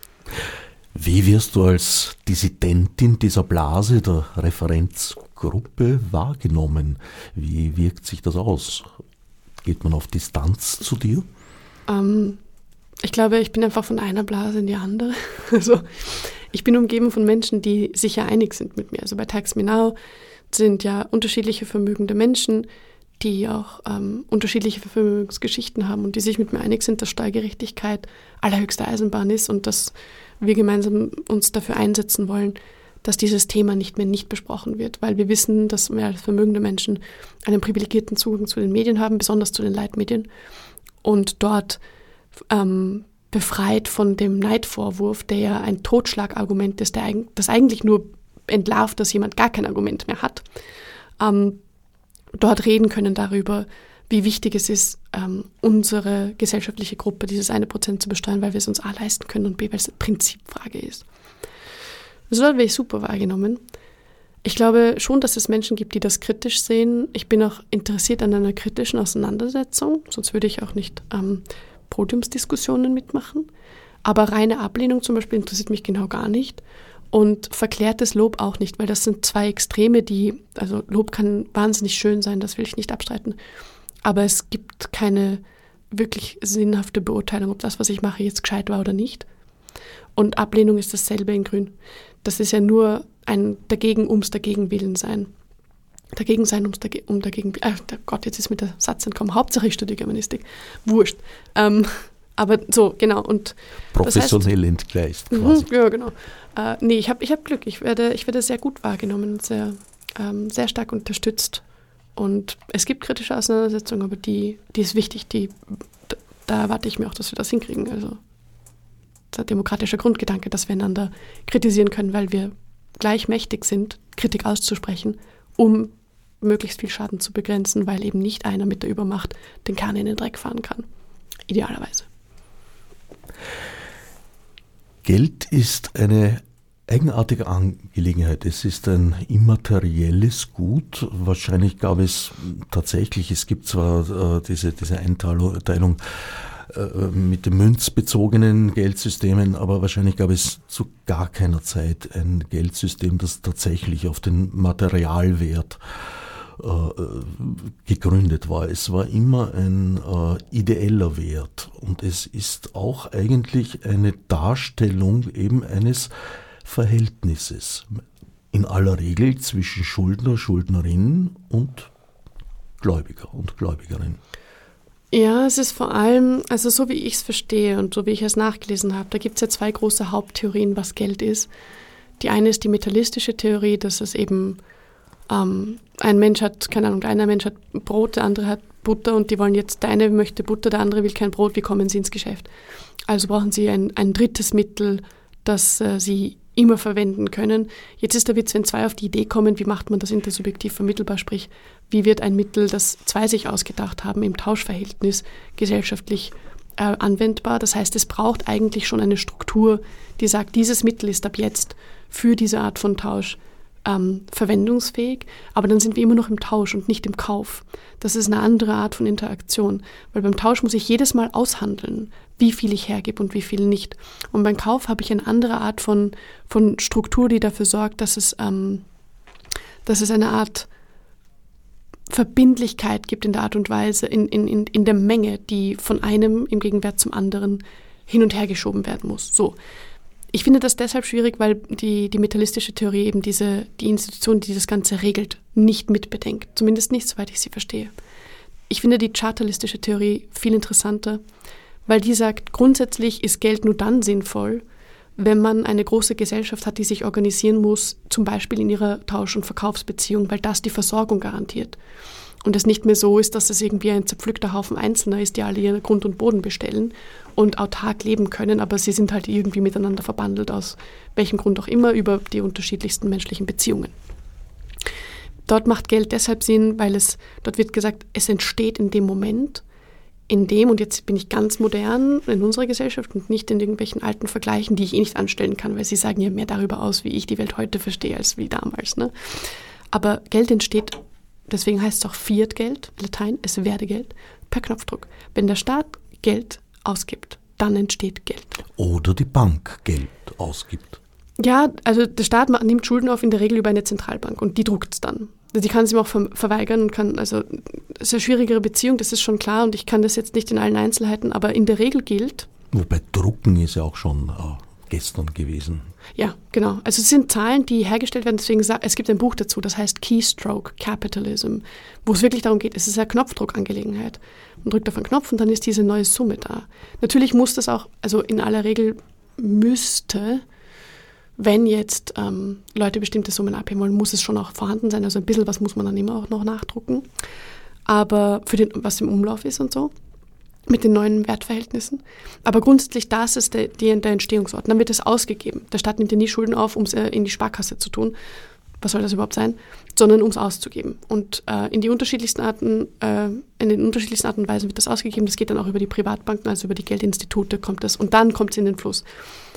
Wie wirst du als Dissidentin dieser Blase, der Referenzgruppe, wahrgenommen? Wie wirkt sich das aus? Geht man auf Distanz zu dir? Ähm, ich glaube, ich bin einfach von einer Blase in die andere. Also ich bin umgeben von Menschen, die sicher einig sind mit mir. Also bei Tax Me Now sind ja unterschiedliche vermögende Menschen, die auch ähm, unterschiedliche Vermögensgeschichten haben und die sich mit mir einig sind, dass Steuergerechtigkeit allerhöchste Eisenbahn ist und dass wir gemeinsam uns dafür einsetzen wollen, dass dieses Thema nicht mehr nicht besprochen wird, weil wir wissen, dass wir als vermögende Menschen einen privilegierten Zugang zu den Medien haben, besonders zu den Leitmedien, und dort ähm, befreit von dem Neidvorwurf, der ja ein Totschlagargument ist, der eig- das eigentlich nur entlarvt, dass jemand gar kein Argument mehr hat, ähm, dort reden können darüber, wie wichtig es ist, ähm, unsere gesellschaftliche Gruppe, dieses eine Prozent zu besteuern, weil wir es uns A leisten können und B, weil es eine Prinzipfrage ist. Also dort werde ich super wahrgenommen. Ich glaube schon, dass es Menschen gibt, die das kritisch sehen. Ich bin auch interessiert an einer kritischen Auseinandersetzung, sonst würde ich auch nicht ähm, Podiumsdiskussionen mitmachen. Aber reine Ablehnung zum Beispiel interessiert mich genau gar nicht. Und verklärtes Lob auch nicht, weil das sind zwei Extreme, die, also Lob kann wahnsinnig schön sein, das will ich nicht abstreiten. Aber es gibt keine wirklich sinnhafte Beurteilung, ob das, was ich mache, jetzt gescheit war oder nicht. Und Ablehnung ist dasselbe in Grün. Das ist ja nur ein Dagegen ums Dagegenwillen sein. Dagegen sein ums Dage- um dagegen. Ach Gott, jetzt ist mir der Satz entkommen. Hauptsache ich studiere Germanistik. Wurscht. Ähm, aber so, genau. Und professionell das heißt, entgleist quasi. Mh, ja, genau. Äh, nee, ich habe ich hab Glück. Ich werde, ich werde sehr gut wahrgenommen, sehr, ähm, sehr stark unterstützt. Und es gibt kritische Auseinandersetzungen, aber die, die ist wichtig. Die, da, da erwarte ich mir auch, dass wir das hinkriegen. Also der demokratische Grundgedanke, dass wir einander kritisieren können, weil wir gleich mächtig sind, Kritik auszusprechen, um möglichst viel Schaden zu begrenzen, weil eben nicht einer mit der Übermacht den Kahn in den Dreck fahren kann. Idealerweise. Geld ist eine eigenartige Angelegenheit. Es ist ein immaterielles Gut. Wahrscheinlich gab es tatsächlich, es gibt zwar äh, diese, diese Einteilung äh, mit den münzbezogenen Geldsystemen, aber wahrscheinlich gab es zu gar keiner Zeit ein Geldsystem, das tatsächlich auf den Materialwert äh, gegründet war. Es war immer ein äh, ideeller Wert und es ist auch eigentlich eine Darstellung eben eines Verhältnisses, in aller Regel zwischen Schuldner, Schuldnerin und Gläubiger und Gläubigerin. Ja, es ist vor allem, also so wie ich es verstehe und so wie ich es nachgelesen habe, da gibt es ja zwei große Haupttheorien, was Geld ist. Die eine ist die metallistische Theorie, dass es eben ähm, ein Mensch hat, keine Ahnung, einer Mensch hat Brot, der andere hat Butter und die wollen jetzt, der eine möchte Butter, der andere will kein Brot, wie kommen sie ins Geschäft? Also brauchen sie ein, ein drittes Mittel, das äh, sie immer verwenden können. Jetzt ist der Witz, wenn zwei auf die Idee kommen, wie macht man das intersubjektiv vermittelbar, sprich, wie wird ein Mittel, das zwei sich ausgedacht haben, im Tauschverhältnis gesellschaftlich äh, anwendbar. Das heißt, es braucht eigentlich schon eine Struktur, die sagt, dieses Mittel ist ab jetzt für diese Art von Tausch ähm, verwendungsfähig, aber dann sind wir immer noch im Tausch und nicht im Kauf. Das ist eine andere Art von Interaktion, weil beim Tausch muss ich jedes Mal aushandeln, wie viel ich hergebe und wie viel nicht. Und beim Kauf habe ich eine andere Art von, von Struktur, die dafür sorgt, dass es, ähm, dass es eine Art Verbindlichkeit gibt in der Art und Weise, in, in, in, in der Menge, die von einem im Gegenwert zum anderen hin und her geschoben werden muss. So. Ich finde das deshalb schwierig, weil die, die metallistische Theorie eben diese, die Institution, die das Ganze regelt, nicht mitbedenkt. Zumindest nicht, soweit ich sie verstehe. Ich finde die chartalistische Theorie viel interessanter, weil die sagt, grundsätzlich ist Geld nur dann sinnvoll, wenn man eine große Gesellschaft hat, die sich organisieren muss, zum Beispiel in ihrer Tausch- und Verkaufsbeziehung, weil das die Versorgung garantiert. Und es nicht mehr so ist, dass es irgendwie ein zerpflückter Haufen Einzelner ist, die alle ihren Grund und Boden bestellen und autark leben können, aber sie sind halt irgendwie miteinander verbandelt, aus welchem Grund auch immer, über die unterschiedlichsten menschlichen Beziehungen. Dort macht Geld deshalb Sinn, weil es, dort wird gesagt, es entsteht in dem Moment, in dem, und jetzt bin ich ganz modern in unserer Gesellschaft und nicht in irgendwelchen alten Vergleichen, die ich eh nicht anstellen kann, weil sie sagen ja mehr darüber aus, wie ich die Welt heute verstehe, als wie damals. Ne? Aber Geld entsteht, deswegen heißt es auch Fiat-Geld, Latein, es werde Geld, per Knopfdruck. Wenn der Staat Geld ausgibt, dann entsteht Geld. Oder die Bank Geld ausgibt. Ja, also der Staat nimmt Schulden auf in der Regel über eine Zentralbank und die druckt es dann. Die kann es ihm auch ver- verweigern und kann, also es ist eine schwierigere Beziehung, das ist schon klar und ich kann das jetzt nicht in allen Einzelheiten, aber in der Regel gilt. Wobei Drucken ist ja auch schon äh, gestern gewesen. Ja, genau. Also es sind Zahlen, die hergestellt werden, deswegen sa- es gibt ein Buch dazu, das heißt Keystroke Capitalism, wo es wirklich darum geht, es ist eine Knopfdruckangelegenheit. Man drückt auf einen Knopf und dann ist diese neue Summe da. Natürlich muss das auch, also in aller Regel müsste, wenn jetzt ähm, Leute bestimmte Summen abheben wollen, muss es schon auch vorhanden sein. Also ein bisschen was muss man dann immer auch noch nachdrucken. Aber für den, was im Umlauf ist und so, mit den neuen Wertverhältnissen. Aber grundsätzlich, das ist der, der Entstehungsort. Dann wird es ausgegeben. Der Staat nimmt ja nie Schulden auf, um es äh, in die Sparkasse zu tun. Was soll das überhaupt sein? Sondern um es auszugeben. Und äh, in die unterschiedlichsten Arten, äh, in den unterschiedlichsten Arten und Weisen wird das ausgegeben. Das geht dann auch über die Privatbanken, also über die Geldinstitute kommt das. Und dann kommt es in den Fluss.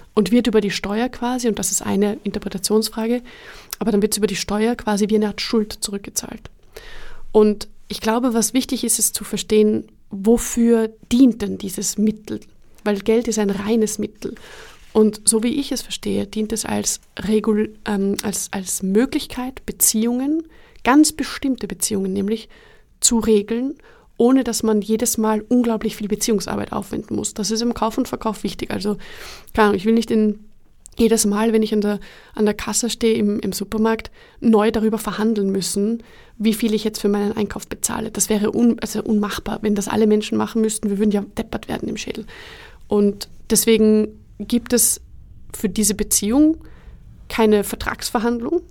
und wird über die Steuer quasi, und das ist eine Interpretationsfrage, aber dann wird es über die Steuer quasi wie eine Art Schuld zurückgezahlt. Und ich glaube, was wichtig ist, ist zu verstehen, wofür dient denn dieses Mittel? Weil Geld ist ein reines Mittel. Und so wie ich es verstehe, dient es als, Regul- ähm, als, als Möglichkeit, Beziehungen, ganz bestimmte Beziehungen nämlich, zu regeln, ohne dass man jedes Mal unglaublich viel Beziehungsarbeit aufwenden muss. Das ist im Kauf und Verkauf wichtig. Also, keine Ahnung, ich will nicht in jedes Mal, wenn ich an der, an der Kasse stehe im, im Supermarkt, neu darüber verhandeln müssen, wie viel ich jetzt für meinen Einkauf bezahle. Das wäre un, also unmachbar, wenn das alle Menschen machen müssten. Wir würden ja deppert werden im Schädel. Und deswegen gibt es für diese Beziehung keine Vertragsverhandlung,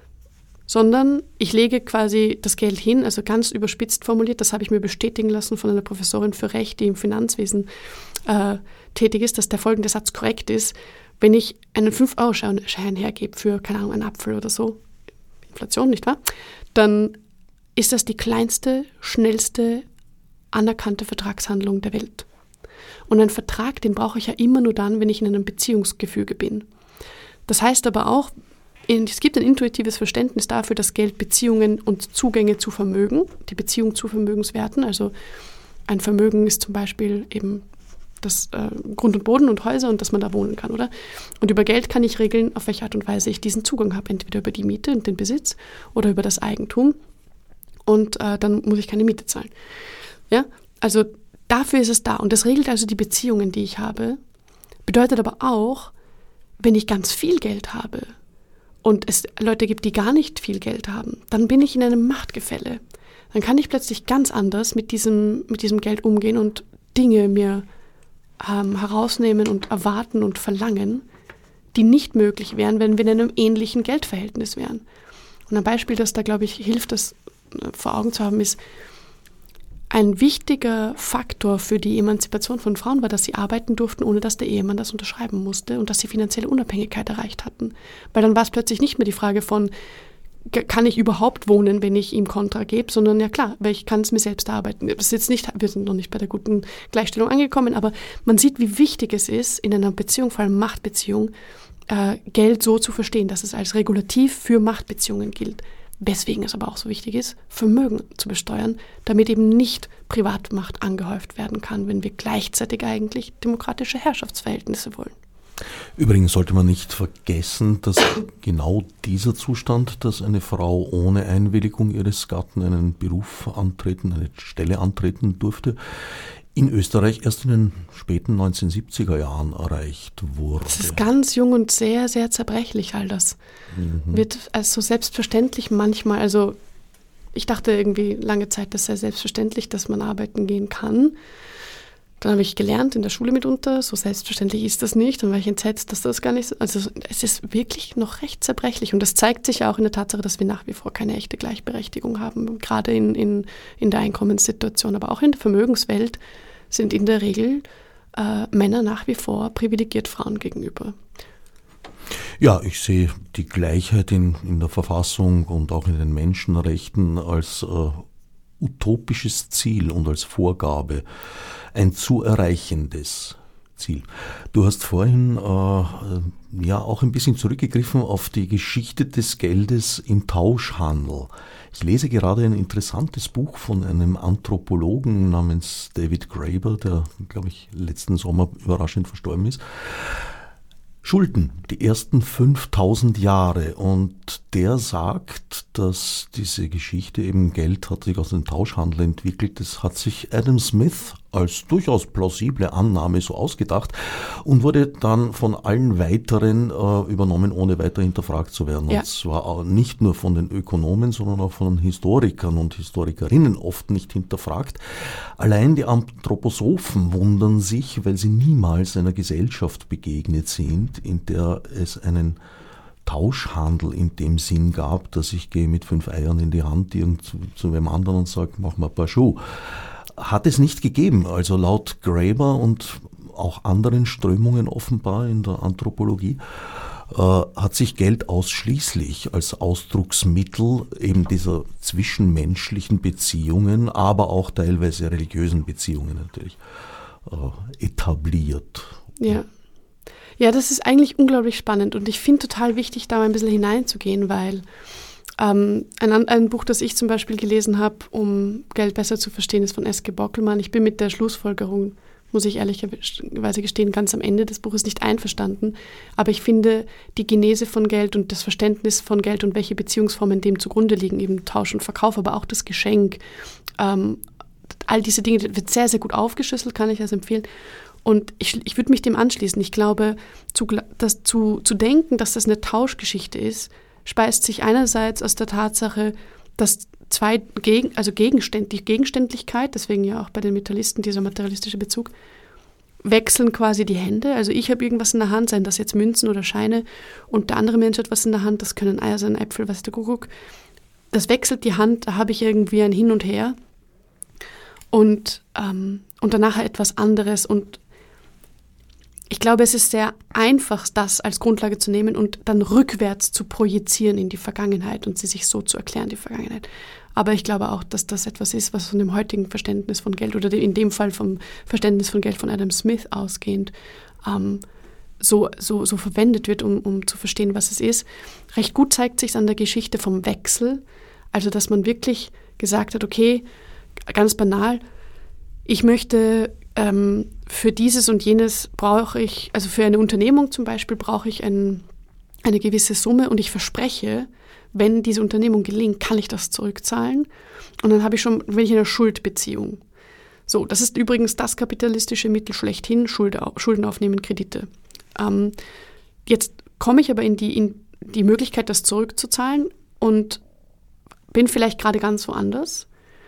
sondern ich lege quasi das Geld hin, also ganz überspitzt formuliert, das habe ich mir bestätigen lassen von einer Professorin für Recht, die im Finanzwesen äh, tätig ist, dass der folgende Satz korrekt ist. Wenn ich einen fünf-Euro-Schein hergebe für, keine Ahnung, einen Apfel oder so, Inflation, nicht wahr? Dann ist das die kleinste, schnellste, anerkannte Vertragshandlung der Welt. Und einen Vertrag, den brauche ich ja immer nur dann, wenn ich in einem Beziehungsgefüge bin. Das heißt aber auch, es gibt ein intuitives Verständnis dafür, dass Geld Beziehungen und Zugänge zu Vermögen, die Beziehung zu Vermögenswerten, also ein Vermögen ist zum Beispiel eben das äh, Grund und Boden und Häuser und dass man da wohnen kann, oder? Und über Geld kann ich regeln, auf welche Art und Weise ich diesen Zugang habe, entweder über die Miete und den Besitz oder über das Eigentum. Und äh, dann muss ich keine Miete zahlen. Ja, also dafür ist es da. Und das regelt also die Beziehungen, die ich habe. Bedeutet aber auch, wenn ich ganz viel Geld habe und es Leute gibt, die gar nicht viel Geld haben, dann bin ich in einem Machtgefälle. Dann kann ich plötzlich ganz anders mit diesem, mit diesem Geld umgehen und Dinge mir ähm, herausnehmen und erwarten und verlangen, die nicht möglich wären, wenn wir in einem ähnlichen Geldverhältnis wären. Und ein Beispiel, das da, glaube ich, hilft, das vor Augen zu haben, ist, ein wichtiger Faktor für die Emanzipation von Frauen war, dass sie arbeiten durften, ohne dass der Ehemann das unterschreiben musste und dass sie finanzielle Unabhängigkeit erreicht hatten. Weil dann war es plötzlich nicht mehr die Frage von, kann ich überhaupt wohnen, wenn ich ihm Kontra gebe, sondern ja klar, weil ich kann es mir selbst erarbeiten. Das ist jetzt nicht, wir sind noch nicht bei der guten Gleichstellung angekommen, aber man sieht, wie wichtig es ist, in einer Beziehung, vor allem Machtbeziehung, äh, Geld so zu verstehen, dass es als Regulativ für Machtbeziehungen gilt. Weswegen es aber auch so wichtig ist, Vermögen zu besteuern, damit eben nicht Privatmacht angehäuft werden kann, wenn wir gleichzeitig eigentlich demokratische Herrschaftsverhältnisse wollen. Übrigens sollte man nicht vergessen, dass genau dieser Zustand, dass eine Frau ohne Einwilligung ihres Gatten einen Beruf antreten, eine Stelle antreten durfte, in Österreich erst in den späten neunzehnhundertsiebziger Jahren erreicht wurde. Das ist ganz jung und sehr, sehr zerbrechlich, all das. Mhm. Wird als so selbstverständlich manchmal, also ich dachte irgendwie lange Zeit, das sei selbstverständlich, dass man arbeiten gehen kann. Dann habe ich gelernt in der Schule mitunter, so selbstverständlich ist das nicht. Dann war ich entsetzt, dass das gar nicht so, also es ist wirklich noch recht zerbrechlich. Und das zeigt sich auch in der Tatsache, dass wir nach wie vor keine echte Gleichberechtigung haben, gerade in, in, in der Einkommenssituation, aber auch in der Vermögenswelt sind in der Regel äh, Männer nach wie vor privilegiert Frauen gegenüber. Ja, ich sehe die Gleichheit in, in der Verfassung und auch in den Menschenrechten als äh, utopisches Ziel und als Vorgabe, ein zu erreichendes Ziel. Du hast vorhin äh, ja auch ein bisschen zurückgegriffen auf die Geschichte des Geldes im Tauschhandel. Ich lese gerade ein interessantes Buch von einem Anthropologen namens David Graeber, der, glaube ich, letzten Sommer überraschend verstorben ist. Schulden, die ersten fünftausend Jahre. Und der sagt, dass diese Geschichte eben Geld hat sich aus dem Tauschhandel entwickelt. Das hat sich Adam Smith als durchaus plausible Annahme so ausgedacht und wurde dann von allen weiteren äh, übernommen, ohne weiter hinterfragt zu werden. Ja. Und zwar auch nicht nur von den Ökonomen, sondern auch von Historikern und Historikerinnen oft nicht hinterfragt. Allein die Anthroposophen wundern sich, weil sie niemals einer Gesellschaft begegnet sind, in der es einen Tauschhandel in dem Sinn gab, dass ich gehe mit fünf Eiern in die Hand irgend zu, zu einem anderen und sage, mach mal ein paar Schuhe. Hat es nicht gegeben. Also laut Graeber und auch anderen Strömungen offenbar in der Anthropologie äh, hat sich Geld ausschließlich als Ausdrucksmittel eben dieser zwischenmenschlichen Beziehungen, aber auch teilweise religiösen Beziehungen natürlich äh, etabliert. Ja. Ja, das ist eigentlich unglaublich spannend und ich finde total wichtig, da mal ein bisschen hineinzugehen, weil ähm, ein, ein Buch, das ich zum Beispiel gelesen habe, um Geld besser zu verstehen, ist von Eske Bockelmann. Ich bin mit der Schlussfolgerung, muss ich ehrlicherweise gestehen, ganz am Ende des Buches nicht einverstanden. Aber ich finde, die Genese von Geld und das Verständnis von Geld und welche Beziehungsformen dem zugrunde liegen, eben Tausch und Verkauf, aber auch das Geschenk, ähm, all diese Dinge, das wird sehr, sehr gut aufgeschlüsselt, kann ich also empfehlen. Und ich, ich würde mich dem anschließen. Ich glaube, zu, das, zu, zu denken, dass das eine Tauschgeschichte ist, speist sich einerseits aus der Tatsache, dass zwei Gegen, also Gegenständ, die Gegenständlichkeit, deswegen ja auch bei den Metallisten dieser materialistische Bezug, wechseln quasi die Hände. Also ich habe irgendwas in der Hand, seien das jetzt Münzen oder Scheine, und der andere Mensch hat was in der Hand, das können Eier sein, Äpfel, was der Kuckuck. Das wechselt die Hand, da habe ich irgendwie ein Hin und Her und, ähm, und danach etwas anderes. Und ich glaube, es ist sehr einfach, das als Grundlage zu nehmen und dann rückwärts zu projizieren in die Vergangenheit und sie sich so zu erklären, die Vergangenheit. Aber ich glaube auch, dass das etwas ist, was von dem heutigen Verständnis von Geld oder in dem Fall vom Verständnis von Geld von Adam Smith ausgehend ähm, so, so, so verwendet wird, um, um zu verstehen, was es ist. Recht gut zeigt sich an der Geschichte vom Wechsel, also dass man wirklich gesagt hat, okay, ganz banal, ich möchte ähm, für dieses und jenes brauche ich, also für eine Unternehmung zum Beispiel brauche ich ein, eine gewisse Summe und ich verspreche, wenn diese Unternehmung gelingt, kann ich das zurückzahlen und dann habe ich schon, bin ich in einer Schuldbeziehung. So, das ist übrigens das kapitalistische Mittel schlechthin, Schuld, Schulden aufnehmen, Kredite. Ähm, jetzt komme ich aber in die, in die Möglichkeit, das zurückzuzahlen und bin vielleicht gerade ganz woanders.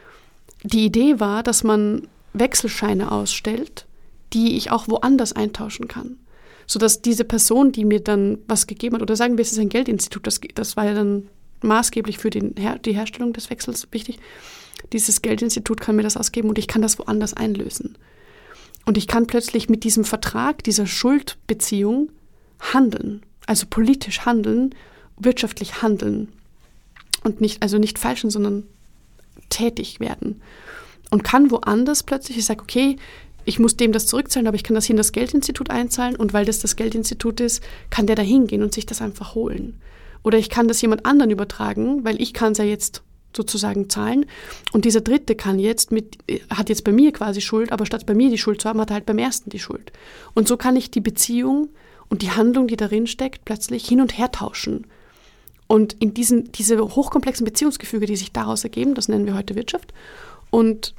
Die Idee war, dass man Wechselscheine ausstellt, die ich auch woanders eintauschen kann. Sodass diese Person, die mir dann was gegeben hat, oder sagen wir, es ist ein Geldinstitut, das, das war ja dann maßgeblich für den Her- die Herstellung des Wechsels wichtig, dieses Geldinstitut kann mir das ausgeben und ich kann das woanders einlösen. Und ich kann plötzlich mit diesem Vertrag, dieser Schuldbeziehung handeln, also politisch handeln, wirtschaftlich handeln und nicht, also nicht falschen, sondern tätig werden. Und kann woanders plötzlich, ich sage, okay, ich muss dem das zurückzahlen, aber ich kann das hier in das Geldinstitut einzahlen und weil das das Geldinstitut ist, kann der da hingehen und sich das einfach holen. Oder ich kann das jemand anderen übertragen, weil ich kann es ja jetzt sozusagen zahlen und dieser Dritte kann jetzt mit, hat jetzt bei mir quasi Schuld, aber statt bei mir die Schuld zu haben, hat er halt beim Ersten die Schuld. Und so kann ich die Beziehung und die Handlung, die darin steckt, plötzlich hin und her tauschen. Und in diesen, diese hochkomplexen Beziehungsgefüge, die sich daraus ergeben, das nennen wir heute Wirtschaft. Und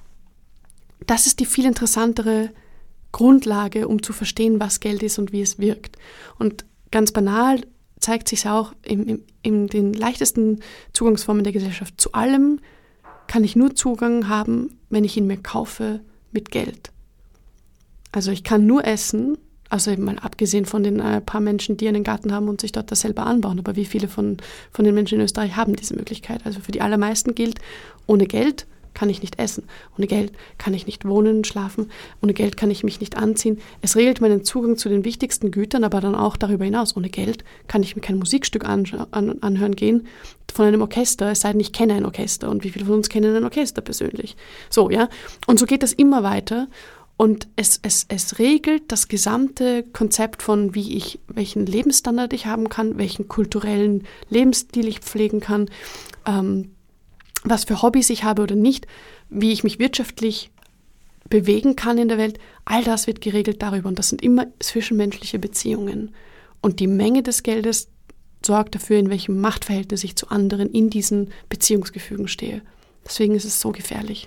das ist die viel interessantere Grundlage, um zu verstehen, was Geld ist und wie es wirkt. Und ganz banal zeigt sich auch in, in, in den leichtesten Zugangsformen der Gesellschaft. Zu allem kann ich nur Zugang haben, wenn ich ihn mir kaufe mit Geld. Also ich kann nur essen, also eben mal abgesehen von den äh, paar Menschen, die einen Garten haben und sich dort das selber anbauen. Aber wie viele von, von den Menschen in Österreich haben diese Möglichkeit? Also für die allermeisten gilt, ohne Geld kann ich nicht essen. Ohne Geld kann ich nicht wohnen, schlafen. Ohne Geld kann ich mich nicht anziehen. Es regelt meinen Zugang zu den wichtigsten Gütern, aber dann auch darüber hinaus. Ohne Geld kann ich mir kein Musikstück an, an, anhören gehen von einem Orchester, es sei denn, ich kenne ein Orchester. Und wie viele von uns kennen ein Orchester persönlich? So, ja. Und so geht das immer weiter. Und es, es, es regelt das gesamte Konzept von, wie ich, welchen Lebensstandard ich haben kann, welchen kulturellen Lebensstil ich pflegen kann, ähm, was für Hobbys ich habe oder nicht, wie ich mich wirtschaftlich bewegen kann in der Welt, all das wird geregelt darüber. Und das sind immer zwischenmenschliche Beziehungen. Und die Menge des Geldes sorgt dafür, in welchem Machtverhältnis ich zu anderen in diesen Beziehungsgefügen stehe. Deswegen ist es so gefährlich.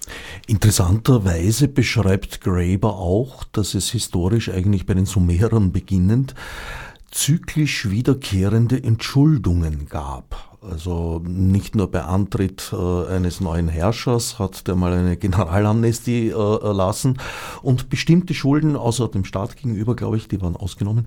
Interessanterweise beschreibt Graeber auch, dass es historisch eigentlich bei den Sumerern beginnend zyklisch wiederkehrende Entschuldungen gab. Also nicht nur bei Antritt äh, eines neuen Herrschers hat der mal eine Generalamnestie äh, erlassen und bestimmte Schulden, außer dem Staat gegenüber, glaube ich, die waren ausgenommen,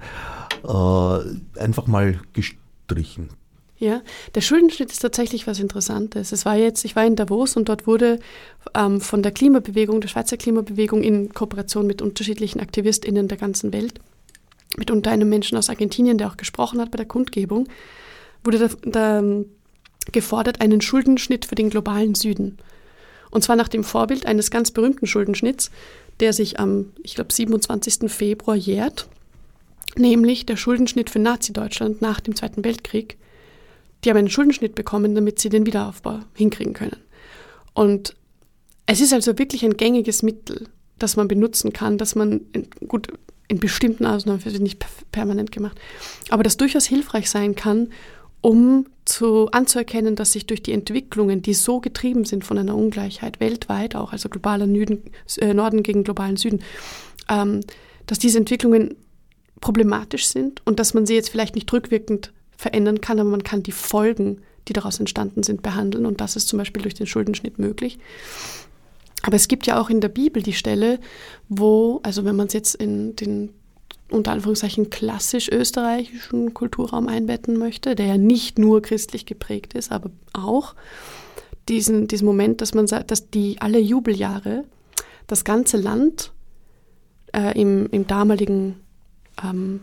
äh, einfach mal gestrichen. Ja, der Schuldenschnitt ist tatsächlich was Interessantes. Es war jetzt, ich war in Davos und dort wurde ähm, von der Klimabewegung, der Schweizer Klimabewegung in Kooperation mit unterschiedlichen AktivistInnen der ganzen Welt, mitunter einem Menschen aus Argentinien, der auch gesprochen hat bei der Kundgebung, wurde da, da gefordert, einen Schuldenschnitt für den globalen Süden. Und zwar nach dem Vorbild eines ganz berühmten Schuldenschnitts, der sich am, ich glaube, siebenundzwanzigsten Februar jährt. nämlich der Schuldenschnitt für Nazi-Deutschland nach dem Zweiten Weltkrieg. Die haben einen Schuldenschnitt bekommen, damit sie den Wiederaufbau hinkriegen können. Und es ist also wirklich ein gängiges Mittel, das man benutzen kann, dass man, in, gut, in bestimmten Ausnahmen, das wird nicht permanent gemacht, aber das durchaus hilfreich sein kann, um zu, anzuerkennen, dass sich durch die Entwicklungen, die so getrieben sind von einer Ungleichheit, weltweit auch, also globaler Norden, äh, Norden gegen globalen Süden, ähm, dass diese Entwicklungen problematisch sind und dass man sie jetzt vielleicht nicht rückwirkend verändern kann, aber man kann die Folgen, die daraus entstanden sind, behandeln. Und das ist zum Beispiel durch den Schuldenschnitt möglich. Aber es gibt ja auch in der Bibel die Stelle, wo, also wenn man es jetzt in den unter Anführungszeichen klassisch österreichischen Kulturraum einbetten möchte, der ja nicht nur christlich geprägt ist, aber auch diesen, diesen Moment, dass man sagt, dass die alle Jubeljahre das ganze Land äh, im, im damaligen ähm,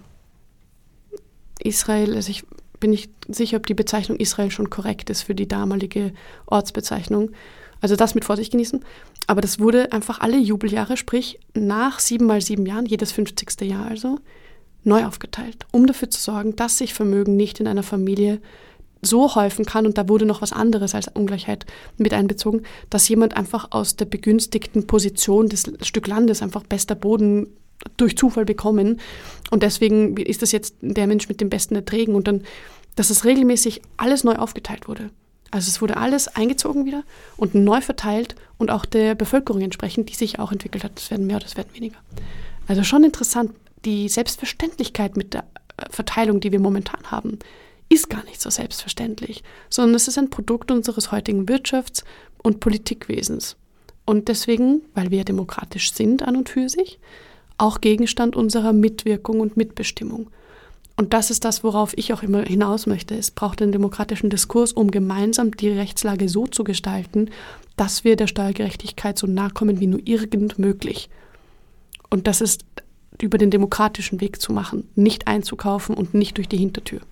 Israel, also ich bin nicht sicher, ob die Bezeichnung Israel schon korrekt ist für die damalige Ortsbezeichnung. Also das mit Vorsicht genießen. Aber das wurde einfach alle Jubeljahre, sprich nach sieben mal sieben Jahren, jedes fünfzigste Jahr also, neu aufgeteilt, um dafür zu sorgen, dass sich Vermögen nicht in einer Familie so häufen kann, und da wurde noch was anderes als Ungleichheit mit einbezogen, dass jemand einfach aus der begünstigten Position des Stück Landes einfach bester Boden durch Zufall bekommen, und deswegen ist das jetzt der Mensch mit den besten Erträgen, und dann, dass es regelmäßig alles neu aufgeteilt wurde. Also es wurde alles eingezogen wieder und neu verteilt und auch der Bevölkerung entsprechend, die sich auch entwickelt hat. Das werden mehr oder das werden weniger. Also schon interessant, die Selbstverständlichkeit mit der Verteilung, die wir momentan haben, ist gar nicht so selbstverständlich, sondern es ist ein Produkt unseres heutigen Wirtschafts- und Politikwesens. Und deswegen, weil wir demokratisch sind an und für sich, auch Gegenstand unserer Mitwirkung und Mitbestimmung. Und das ist das, worauf ich auch immer hinaus möchte. Es braucht einen demokratischen Diskurs, um gemeinsam die Rechtslage so zu gestalten, dass wir der Steuergerechtigkeit so nahe kommen wie nur irgend möglich. Und das ist über den demokratischen Weg zu machen, nicht einzukaufen und nicht durch die Hintertür.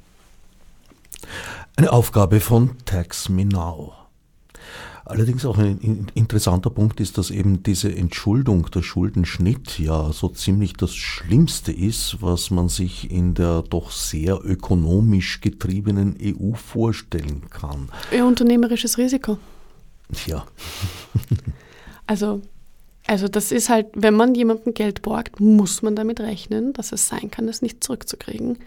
Eine Aufgabe von Tax Me Now. Allerdings auch ein interessanter Punkt ist, dass eben diese Entschuldung, der Schuldenschnitt ja so ziemlich das Schlimmste ist, was man sich in der doch sehr ökonomisch getriebenen E U vorstellen kann. Ja, unternehmerisches Risiko. Ja. Also, also das ist halt, wenn man jemandem Geld borgt, muss man damit rechnen, dass es sein kann, es nicht zurückzukriegen.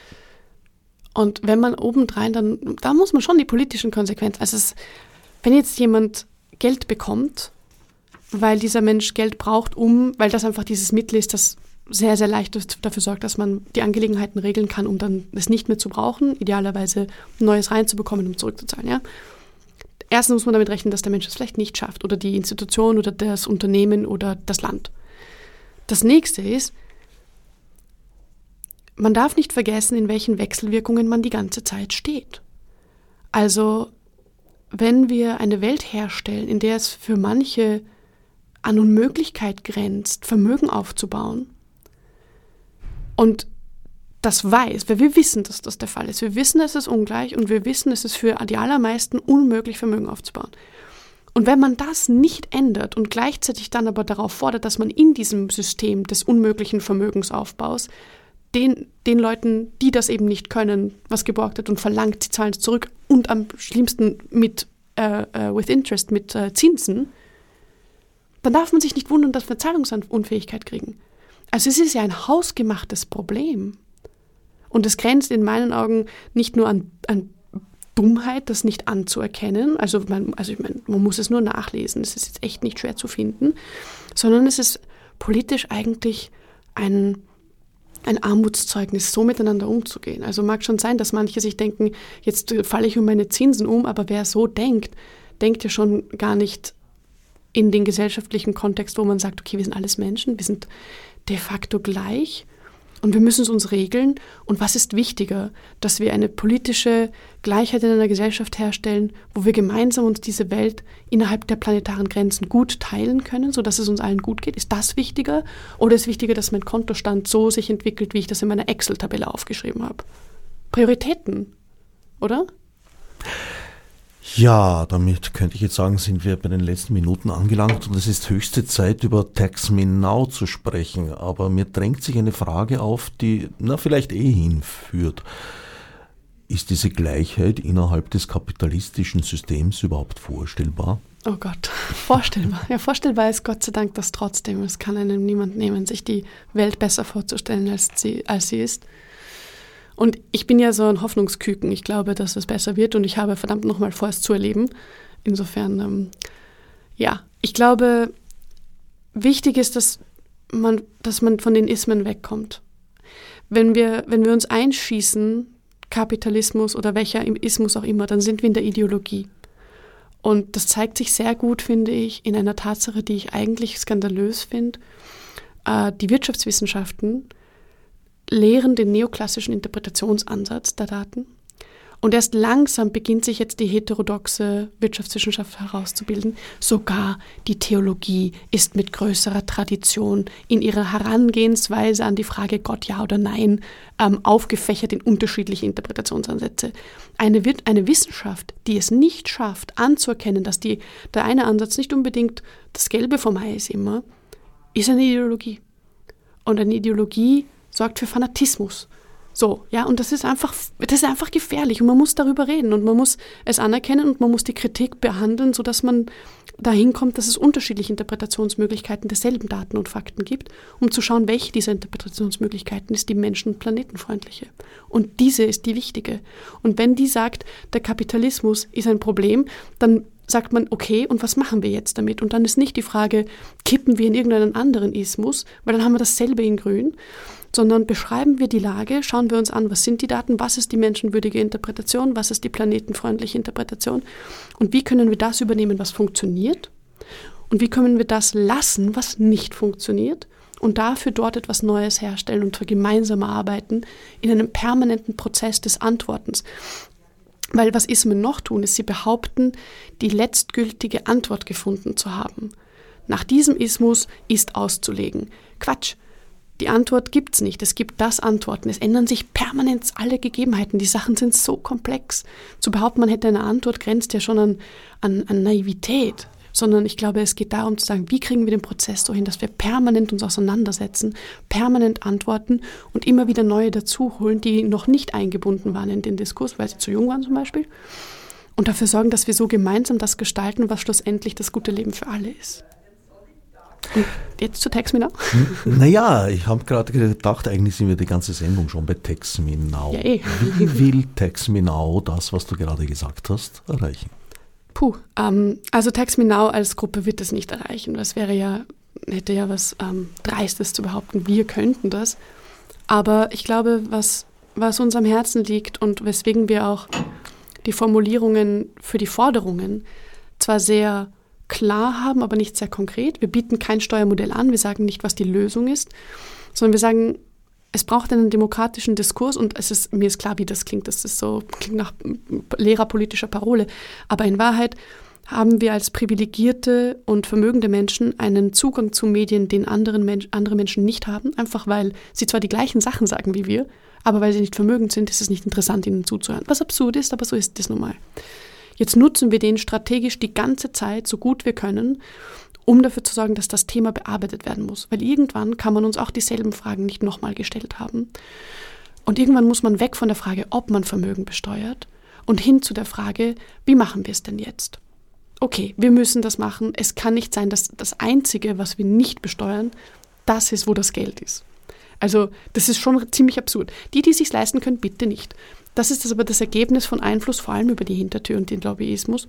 Und wenn man obendrein, dann, da muss man schon die politischen Konsequenzen, also es wenn jetzt jemand Geld bekommt, weil dieser Mensch Geld braucht, um, weil das einfach dieses Mittel ist, das sehr, sehr leicht dafür sorgt, dass man die Angelegenheiten regeln kann, um dann es nicht mehr zu brauchen, idealerweise Neues reinzubekommen, um zurückzuzahlen. Ja? Erstens muss man damit rechnen, dass der Mensch es vielleicht nicht schafft oder die Institution oder das Unternehmen oder das Land. Das nächste ist, man darf nicht vergessen, in welchen Wechselwirkungen man die ganze Zeit steht. Also wenn wir eine Welt herstellen, in der es für manche an Unmöglichkeit grenzt, Vermögen aufzubauen, und das weiß, weil wir wissen, dass das der Fall ist. Wir wissen, es ist ungleich, und wir wissen, es ist für die allermeisten unmöglich, Vermögen aufzubauen. Und wenn man das nicht ändert und gleichzeitig dann aber darauf fordert, dass man in diesem System des unmöglichen Vermögensaufbaus Den, den Leuten, die das eben nicht können, was geborgt hat und verlangt, sie zahlen es zurück und am schlimmsten mit äh, uh, with interest, mit äh, Zinsen, dann darf man sich nicht wundern, dass wir Zahlungsunfähigkeit kriegen. Also es ist ja ein hausgemachtes Problem. Und es grenzt in meinen Augen nicht nur an, an Dummheit, das nicht anzuerkennen, also, man, also ich meine, man muss es nur nachlesen, es ist jetzt echt nicht schwer zu finden, sondern es ist politisch eigentlich ein ein Armutszeugnis, so miteinander umzugehen. Also mag schon sein, dass manche sich denken, jetzt falle ich um meine Zinsen um, aber wer so denkt, denkt ja schon gar nicht in den gesellschaftlichen Kontext, wo man sagt, okay, wir sind alles Menschen, wir sind de facto gleich und wir müssen es uns regeln. Und was ist wichtiger, dass wir eine politische Gleichheit in einer Gesellschaft herstellen, wo wir gemeinsam uns diese Welt innerhalb der planetaren Grenzen gut teilen können, sodass es uns allen gut geht? Ist das wichtiger? Oder ist wichtiger, dass mein Kontostand so sich entwickelt, wie ich das in meiner Excel-Tabelle aufgeschrieben habe? Prioritäten, oder? Ja, damit könnte ich jetzt sagen, sind wir bei den letzten Minuten angelangt und es ist höchste Zeit, über Tax Me Now zu sprechen. Aber mir drängt sich eine Frage auf, die na vielleicht eh hinführt. Ist diese Gleichheit innerhalb des kapitalistischen Systems überhaupt vorstellbar? Oh Gott, vorstellbar. Ja, vorstellbar ist Gott sei Dank das trotzdem. Es kann einem niemand nehmen, sich die Welt besser vorzustellen, als sie, als sie ist. Und ich bin ja so ein Hoffnungsküken. Ich glaube, dass es besser wird und ich habe verdammt nochmal vor, es zu erleben. Insofern, ähm, ja, ich glaube, wichtig ist, dass man, dass man von den Ismen wegkommt. Wenn wir, wenn wir uns einschießen, Kapitalismus oder welcher Ismus auch immer, dann sind wir in der Ideologie. Und das zeigt sich sehr gut, finde ich, in einer Tatsache, die ich eigentlich skandalös finde. Äh, die Wirtschaftswissenschaften lehren den neoklassischen Interpretationsansatz der Daten. Und erst langsam beginnt sich jetzt die heterodoxe Wirtschaftswissenschaft herauszubilden. Sogar die Theologie ist mit größerer Tradition in ihrer Herangehensweise an die Frage Gott ja oder nein ähm, aufgefächert in unterschiedliche Interpretationsansätze. Eine, eine Wissenschaft, die es nicht schafft, anzuerkennen, dass die, der eine Ansatz nicht unbedingt das Gelbe vom Ei ist immer, ist eine Ideologie. Und eine Ideologie sorgt für Fanatismus. So, ja, und das ist einfach, das ist einfach gefährlich und man muss darüber reden und man muss es anerkennen und man muss die Kritik behandeln, sodass man dahin kommt, dass es unterschiedliche Interpretationsmöglichkeiten derselben Daten und Fakten gibt, um zu schauen, welche dieser Interpretationsmöglichkeiten ist die menschen- und planetenfreundliche. Und diese ist die wichtige. Und wenn die sagt, der Kapitalismus ist ein Problem, dann sagt man, okay, und was machen wir jetzt damit? Und dann ist nicht die Frage, kippen wir in irgendeinen anderen Ismus, weil dann haben wir dasselbe in Grün, sondern beschreiben wir die Lage, schauen wir uns an, was sind die Daten, was ist die menschenwürdige Interpretation, was ist die planetenfreundliche Interpretation und wie können wir das übernehmen, was funktioniert und wie können wir das lassen, was nicht funktioniert und dafür dort etwas Neues herstellen und gemeinsam arbeiten in einem permanenten Prozess des Antwortens. Weil was Ismen noch tun, ist, sie behaupten, die letztgültige Antwort gefunden zu haben. Nach diesem Ismus ist auszulegen. Quatsch. Die Antwort gibt's nicht. Es gibt das Antworten. Es ändern sich permanent alle Gegebenheiten. Die Sachen sind so komplex. Zu behaupten, man hätte eine Antwort, grenzt ja schon an, an, an Naivität. Sondern ich glaube, es geht darum zu sagen, wie kriegen wir den Prozess so hin, dass wir permanent uns auseinandersetzen, permanent antworten und immer wieder neue dazuholen, die noch nicht eingebunden waren in den Diskurs, weil sie zu jung waren zum Beispiel. Und dafür sorgen, dass wir so gemeinsam das gestalten, was schlussendlich das gute Leben für alle ist. Und jetzt zu Tax Me Now? Naja, ich habe gerade gedacht, eigentlich sind wir die ganze Sendung schon bei Tax Me Now. Ja, eh. Wie will Tax Me Now das, was du gerade gesagt hast, erreichen? Puh, ähm, also Tax Me Now als Gruppe wird das nicht erreichen. Das wäre ja, hätte ja was ähm, Dreistes zu behaupten, wir könnten das. Aber ich glaube, was, was uns am Herzen liegt und weswegen wir auch die Formulierungen für die Forderungen zwar sehr klar haben, aber nicht sehr konkret. Wir bieten kein Steuermodell an, wir sagen nicht, was die Lösung ist, sondern wir sagen, es braucht einen demokratischen Diskurs und es ist, mir ist klar, wie das klingt, das ist so, klingt nach lehrerpolitischer Parole, aber in Wahrheit haben wir als privilegierte und vermögende Menschen einen Zugang zu Medien, den anderen Mensch, andere Menschen nicht haben, einfach weil sie zwar die gleichen Sachen sagen wie wir, aber weil sie nicht vermögend sind, ist es nicht interessant, ihnen zuzuhören. Was absurd ist, aber so ist das nun mal. Jetzt nutzen wir den strategisch die ganze Zeit, so gut wir können, um dafür zu sorgen, dass das Thema bearbeitet werden muss. Weil irgendwann kann man uns auch dieselben Fragen nicht nochmal gestellt haben. Und irgendwann muss man weg von der Frage, ob man Vermögen besteuert und hin zu der Frage, wie machen wir es denn jetzt? Okay, wir müssen das machen. Es kann nicht sein, dass das Einzige, was wir nicht besteuern, das ist, wo das Geld ist. Also das ist schon ziemlich absurd. Die, die es sich leisten können, bitte nicht. Das ist das aber das Ergebnis von Einfluss, vor allem über die Hintertür und den Lobbyismus,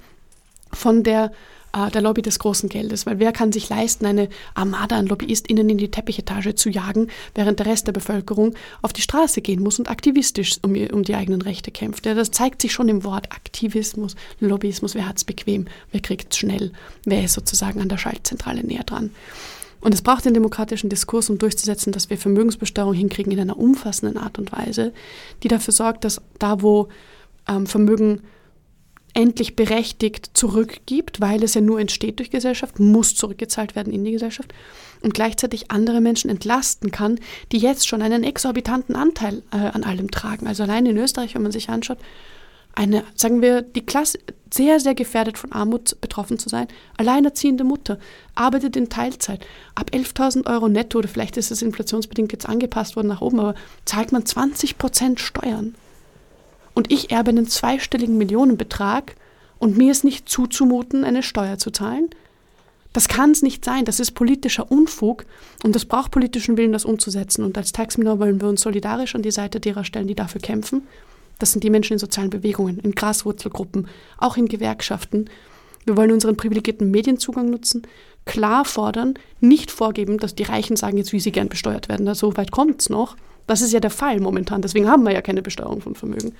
von der, äh, der Lobby des großen Geldes. Weil wer kann sich leisten, eine Armada an LobbyistInnen in die Teppichetage zu jagen, während der Rest der Bevölkerung auf die Straße gehen muss und aktivistisch um, um die eigenen Rechte kämpft. Ja, das zeigt sich schon im Wort Aktivismus, Lobbyismus. Wer hat es bequem? Wer kriegt es schnell? Wer ist sozusagen an der Schaltzentrale näher dran? Und es braucht den demokratischen Diskurs, um durchzusetzen, dass wir Vermögensbesteuerung hinkriegen in einer umfassenden Art und Weise, die dafür sorgt, dass da, wo ähm, Vermögen endlich berechtigt zurückgibt, weil es ja nur entsteht durch Gesellschaft, muss zurückgezahlt werden in die Gesellschaft und gleichzeitig andere Menschen entlasten kann, die jetzt schon einen exorbitanten Anteil äh, an allem tragen. Also allein in Österreich, wenn man sich anschaut, eine, sagen wir, die Klasse, sehr, sehr gefährdet von Armut betroffen zu sein, alleinerziehende Mutter, arbeitet in Teilzeit, ab elftausend Euro netto, oder vielleicht ist es inflationsbedingt jetzt angepasst worden nach oben, aber zahlt man zwanzig Prozent Steuern. Und ich erbe einen zweistelligen Millionenbetrag und mir ist nicht zuzumuten, eine Steuer zu zahlen. Das kann es nicht sein, das ist politischer Unfug und das braucht politischen Willen, das umzusetzen. Und als Tax Me Now wollen wir uns solidarisch an die Seite derer stellen, die dafür kämpfen. Das sind die Menschen in sozialen Bewegungen, in Graswurzelgruppen, auch in Gewerkschaften. Wir wollen unseren privilegierten Medienzugang nutzen, klar fordern, nicht vorgeben, dass die Reichen sagen jetzt, wie sie gern besteuert werden. So weit kommt es noch. Das ist ja der Fall momentan, deswegen haben wir ja keine Besteuerung von Vermögen.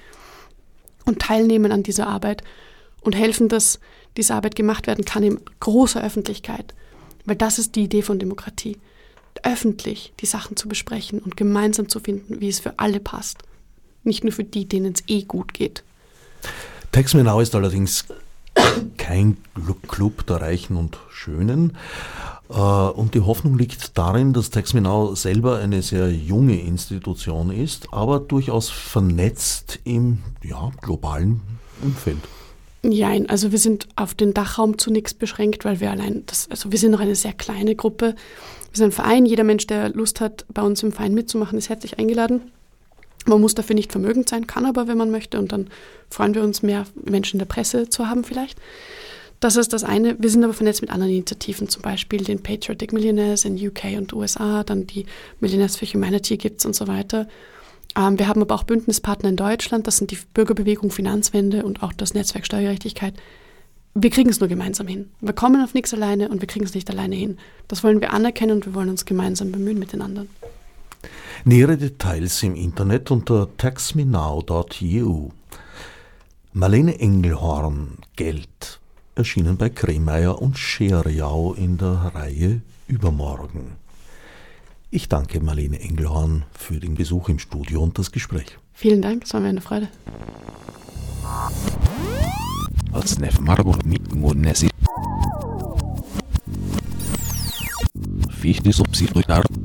Und teilnehmen an dieser Arbeit und helfen, dass diese Arbeit gemacht werden kann in großer Öffentlichkeit. Weil das ist die Idee von Demokratie. Öffentlich die Sachen zu besprechen und gemeinsam zu finden, wie es für alle passt. Nicht nur für die, denen es eh gut geht. Tax Me Now ist allerdings kein Club der Reichen und Schönen. Und die Hoffnung liegt darin, dass Tax Me Now selber eine sehr junge Institution ist, aber durchaus vernetzt im ja, globalen Umfeld. Nein, also wir sind auf den Dachraum zunächst beschränkt, weil wir allein, das, also wir sind noch eine sehr kleine Gruppe. Wir sind ein Verein, jeder Mensch, der Lust hat, bei uns im Verein mitzumachen, ist herzlich eingeladen. Man muss dafür nicht vermögend sein, kann aber, wenn man möchte. Und dann freuen wir uns, mehr Menschen in der Presse zu haben vielleicht. Das ist das eine. Wir sind aber vernetzt mit anderen Initiativen, zum Beispiel den Patriotic Millionaires in U K und U S A, dann die Millionaires for Humanity gibt es und so weiter. Ähm, wir haben aber auch Bündnispartner in Deutschland, das sind die Bürgerbewegung Finanzwende und auch das Netzwerk Steuergerechtigkeit. Wir kriegen es nur gemeinsam hin. Wir kommen auf nichts alleine und wir kriegen es nicht alleine hin. Das wollen wir anerkennen und wir wollen uns gemeinsam bemühen mit den anderen. Nähere Details im Internet unter tax me now dot e u. Marlene Engelhorn, Geld, erschienen bei Kremeyer und Scheriau in der Reihe Übermorgen. Ich danke Marlene Engelhorn für den Besuch im Studio und das Gespräch. Vielen Dank, es war mir eine Freude. Fichte subsidiar